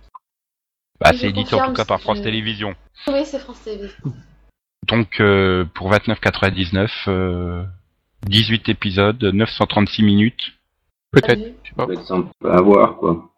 Bah, Je c'est édité en confirme, tout cas par c'est- France Télévisions. Oui, c'est France Télévisions. Donc euh, pour vingt-neuf quatre-vingt-dix-neuf, euh, dix-huit épisodes, neuf cent trente-six minutes. Peut-être. Salut. Je sais pas. Ça va être sympa à voir, quoi.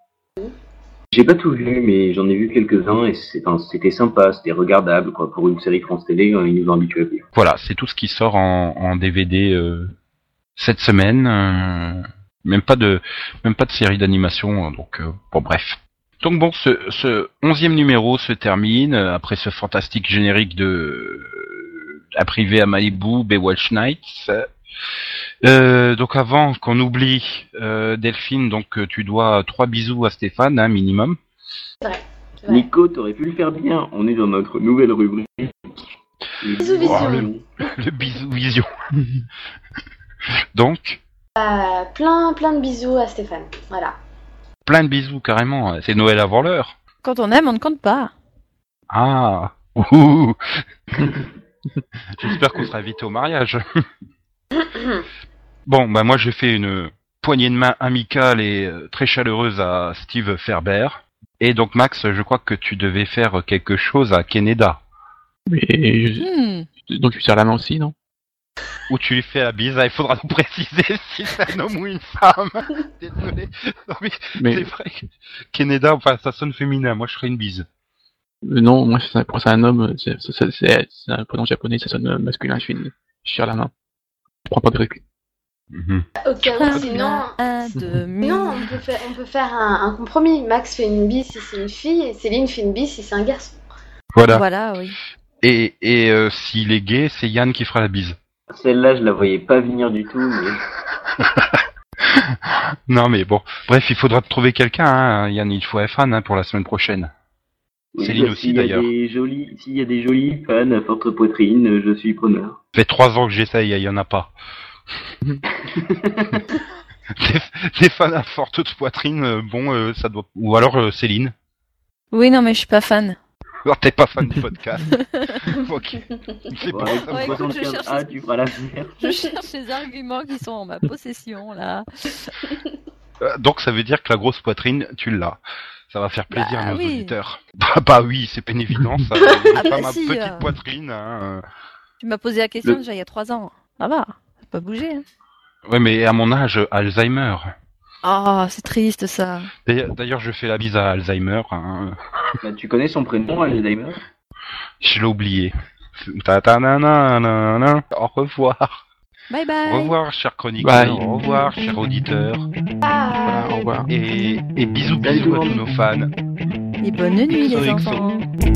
J'ai pas tout vu, mais j'en ai vu quelques-uns et c'est, enfin, c'était sympa, c'était regardable, quoi. Pour une série France Télé, euh, ils nous ont habitués à plus. Voilà, c'est tout ce qui sort en, en D V D euh, cette semaine. euh, même pas de même pas de série d'animation, donc euh, bon bref. Donc bon, ce, ce onzième numéro se termine euh, après ce fantastique générique de euh, la privée à Malibu, Baywatch Nights. Euh, donc avant qu'on oublie, euh, Delphine, donc euh, tu dois trois bisous à Stéphane, hein, minimum. Ouais. Nico, t'aurais pu le faire bien. On est dans notre nouvelle rubrique. Les Bisous, bisous. vision. Le bisou vision. Donc, Euh, plein, plein de bisous à Stéphane. Voilà. plein de bisous carrément. C'est Noël avant l'heure. Quand on aime, on ne compte pas. Ah. Ouh. J'espère qu'on sera invité au mariage. Bon, bah moi j'ai fait une poignée de main amicale et euh, très chaleureuse à Steve Ferber. Et donc Max, je crois que tu devais faire quelque chose à Canada. Mais je- Hmm. donc tu serres la main aussi, non? Où tu lui fais la bise, ah, il faudra nous préciser si c'est un homme ou une femme. Désolé. Non mais, Mais c'est vrai que Canada, enfin ça sonne féminin, moi je ferais une bise. euh, non, moi c'est pour ça un homme, c'est, c'est, c'est, c'est c'est un prénom japonais, ça sonne masculin. Je fais une, je serre la main. Je prends pas de risque. Mhm. Ok, Un, sinon, un, deux, non, on peut faire, on peut faire un, un compromis. Max fait une bise si c'est une fille et Céline fait une bise si c'est un garçon. Voilà. Voilà, oui. Et, et euh, s'il est gay, c'est Yann qui fera la bise. Celle-là, je la voyais pas venir du tout, mais Non mais bon, bref, il faudra te trouver quelqu'un, hein. Yann, il faut un fan hein, pour la semaine prochaine. oui, Céline bah, aussi, s'il y a d'ailleurs. des jolis, s'il y a des jolis fans à forte poitrine, je suis preneur. Ça fait trois ans que j'essaye, il y en a pas. des, des fans à forte poitrine, euh, bon, euh, ça doit... Ou alors euh, Céline. Oui, non, mais je suis pas fan. Alors t'es pas fan du podcast. Ok. C'est Bon, pas avec ça. Ouais, écoute, je soixante-quinze cherche- A, tu feras la merde. Je cherche les arguments qui sont en ma possession, là. Euh, Donc ça veut dire que la grosse poitrine, tu l'as. Ça va faire plaisir Bah à nos oui. auditeurs. Bah, bah oui, c'est pas une évidence. Ça. Ah Pas bah ma si, petite euh. poitrine. Hein. Tu m'as posé la question Le- déjà il y a trois ans. Ça va, ça pas bougé. Hein. Ouais, mais à mon âge, Alzheimer. Oh, c'est triste ça. D'ailleurs, d'ailleurs, je fais la bise à Alzheimer. Hein. Bah, tu connais son prénom, Alzheimer? Je l'ai oublié. Ta-ta-na-na-na-na. Au revoir. Bye Au bye. revoir, cher chroniqueur. Bye. Au revoir, cher auditeur. Ah, Voilà, au revoir. Et, et bisous Salut bisous tout le à tous monde. nos fans. Et bonne nuit les X O X O. enfants.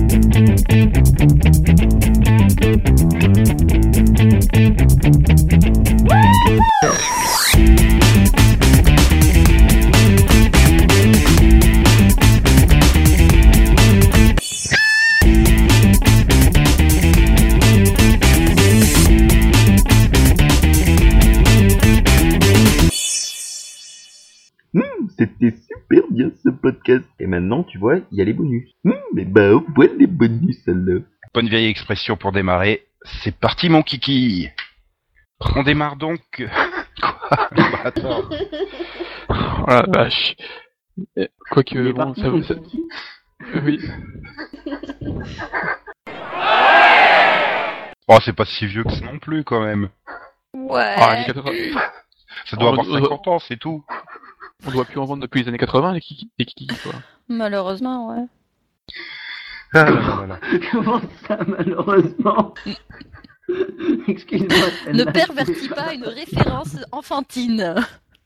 Hmm, c'était super bien ce podcast. Et maintenant, tu vois, il y a les bonus. Hmm, mais bah, on voit les bonus alors. Bonne vieille expression pour démarrer. C'est parti mon kiki. On démarre donc. Quoi? Bah, attends. Oh la vache. Euh, Quoique, Il est bon, parti, ça, ton ça- kiki. oui. Oh, c'est pas si vieux que ça non plus quand même. Ouais. Ah, années quatre-vingts. Ça doit Oh, avoir euh, cinquante ans, c'est tout. On doit plus en vendre depuis les années quatre-vingts, les kiki, les kiki quoi. Malheureusement, ouais. Ah là là là là. Comment ça, malheureusement? Excuse-moi. Ne celle-là, pervertis pas une référence enfantine.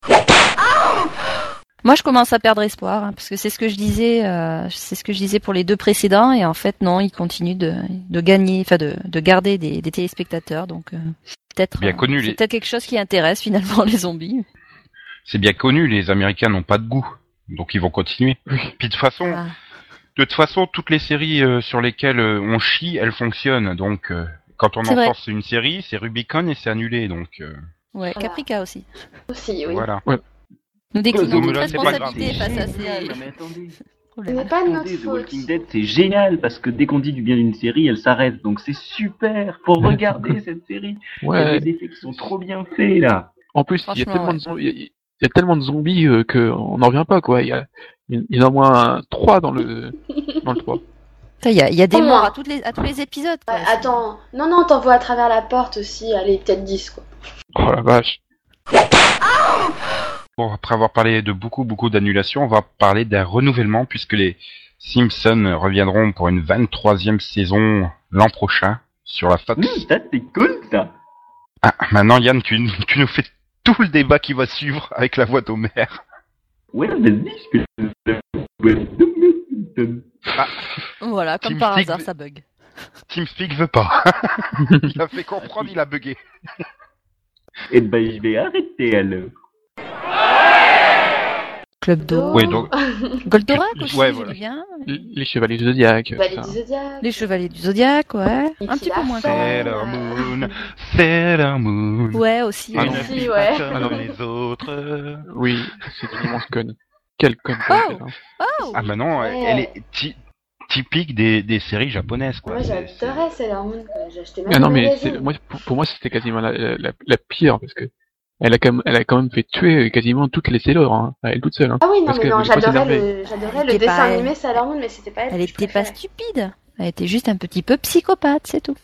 Moi, je commence à perdre espoir, hein, parce que c'est ce que je disais, euh, c'est ce que je disais pour les deux précédents, et en fait, non, ils continuent de, de gagner, enfin, de, de garder des, des téléspectateurs, donc euh, peut-être, Bien euh, connu, c'est les- peut-être quelque chose qui intéresse finalement les zombies. C'est bien connu, les Américains n'ont pas de goût. Donc ils vont continuer. Puis de toute façon, Ah. de toute façon, toutes les séries euh, sur lesquelles euh, on chie, elles fonctionnent. Donc euh, quand on C'est vrai. enforce une série, c'est Rubicon et c'est annulé. Donc euh, Ouais, Voilà. Caprica aussi. Aussi, oui. voilà. Nous déclinons mais toute là, c'est pas responsabilité grave. face à Génial, ces non, mais attendez. Ce n'est pas de notre Attendez, The faute. Walking Dead, c'est génial parce que dès qu'on dit du bien d'une série, elle s'arrête. Donc c'est super. Faut regarder cette série. Il y a Ouais. des effets qui sont trop bien faits là. En plus, il y a Franchement, tellement ouais. de zombies, il y a- il y a tellement de zombies euh, qu'on n'en revient pas, quoi. Il y a, il y en a au moins trois dans le, dans le trois. Il y a, il y a des Comment morts à, toutes les, à tous les épisodes. Quoi. Ouais, attends, non, non, t'en vois à travers la porte aussi, allez, peut-être dix, quoi. Oh la vache. Bon, après avoir parlé de beaucoup, beaucoup d'annulations, on va parler d'un renouvellement puisque les Simpsons reviendront pour une vingt-troisième saison l'an prochain sur la Fox. Mmh, ça c'est cool ça. Ah, maintenant Yann, tu, tu nous fais tout le débat qui va suivre avec la voix d'Homer. Ouais, vas-y, je peux. Voilà, comme Team par Stick- hasard, ça bug. TeamSpeak veut pas. Il a fait comprendre, il a bugué. Et ben je vais arrêter alors. Club d'eau. Oui, donc Goldorak aussi, Ouais, j'ai voilà. vu bien. Les chevaliers du Zodiac. Vallée ça. du Zodiac. Les chevaliers du Zodiaque, ouais. Et Un puis petit la peu moins. fin. quand même. Sailor Moon, Sailor Moon. Ouais, aussi. Ah ouais. non, Aussi, puis ouais. pas comme Ah non. les autres. Oui, c'est une immense conne. Quelle conne. Oh. quelle conne, hein. Oh Ah bah non, Ouais. elle est ty- typique des, des séries japonaises quoi. Moi, C'est- c'est- j'adorais Sailor Moon, quoi. J'ai acheté même Ah non, le mais magazine. c'est, moi, pour, pour moi, c'était quasiment la, la, la pire, parce que elle a quand même, elle a quand même fait tuer quasiment toutes les Sailor, hein, à elle toute seule. Hein. Ah oui, non, Parce mais que non, faut j'adorais s'énerver. le, j'adorais Elle le était dessin pas- animé Sailor Moon, mais c'était pas elle. Elle que je était pas préférais. stupide. Elle était juste un petit peu psychopathe, c'est tout.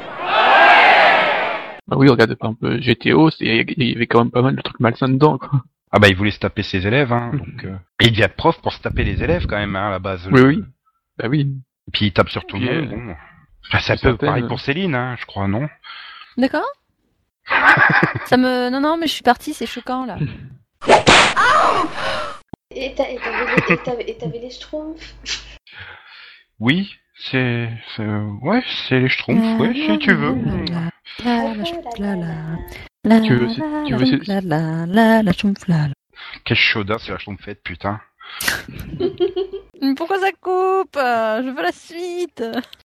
Bah oui, regarde, par exemple, G T O, c'est, il y avait quand même pas mal de trucs malsains dedans, quoi. Ah bah il voulait se taper ses élèves, hein. Donc, euh... Et il devient prof pour se taper les élèves quand même, hein, à la base. Oui, oui. Bah oui. Et puis il tape sur tout le Puis, monde. euh, Bon. Enfin, ça une peut certaine- pareil pour Céline, hein, je crois, non? D'accord. Ça me. Non, non, mais je suis partie, c'est choquant là. Et t'as- et t'avais les- et t'avais- et t'avais les Schtroumpfs. Oui, c'est, c'est... ouais, c'est les Schtroumpfs, ouais, si tu veux. La la schtroumpf, la la. La Tu veux- la tu la veux- schtroumpf, la la la la schtroumpf, la la. Quelle chauda, c'est la Schtroumpfette, putain. Mais pourquoi ça coupe? Je veux la suite.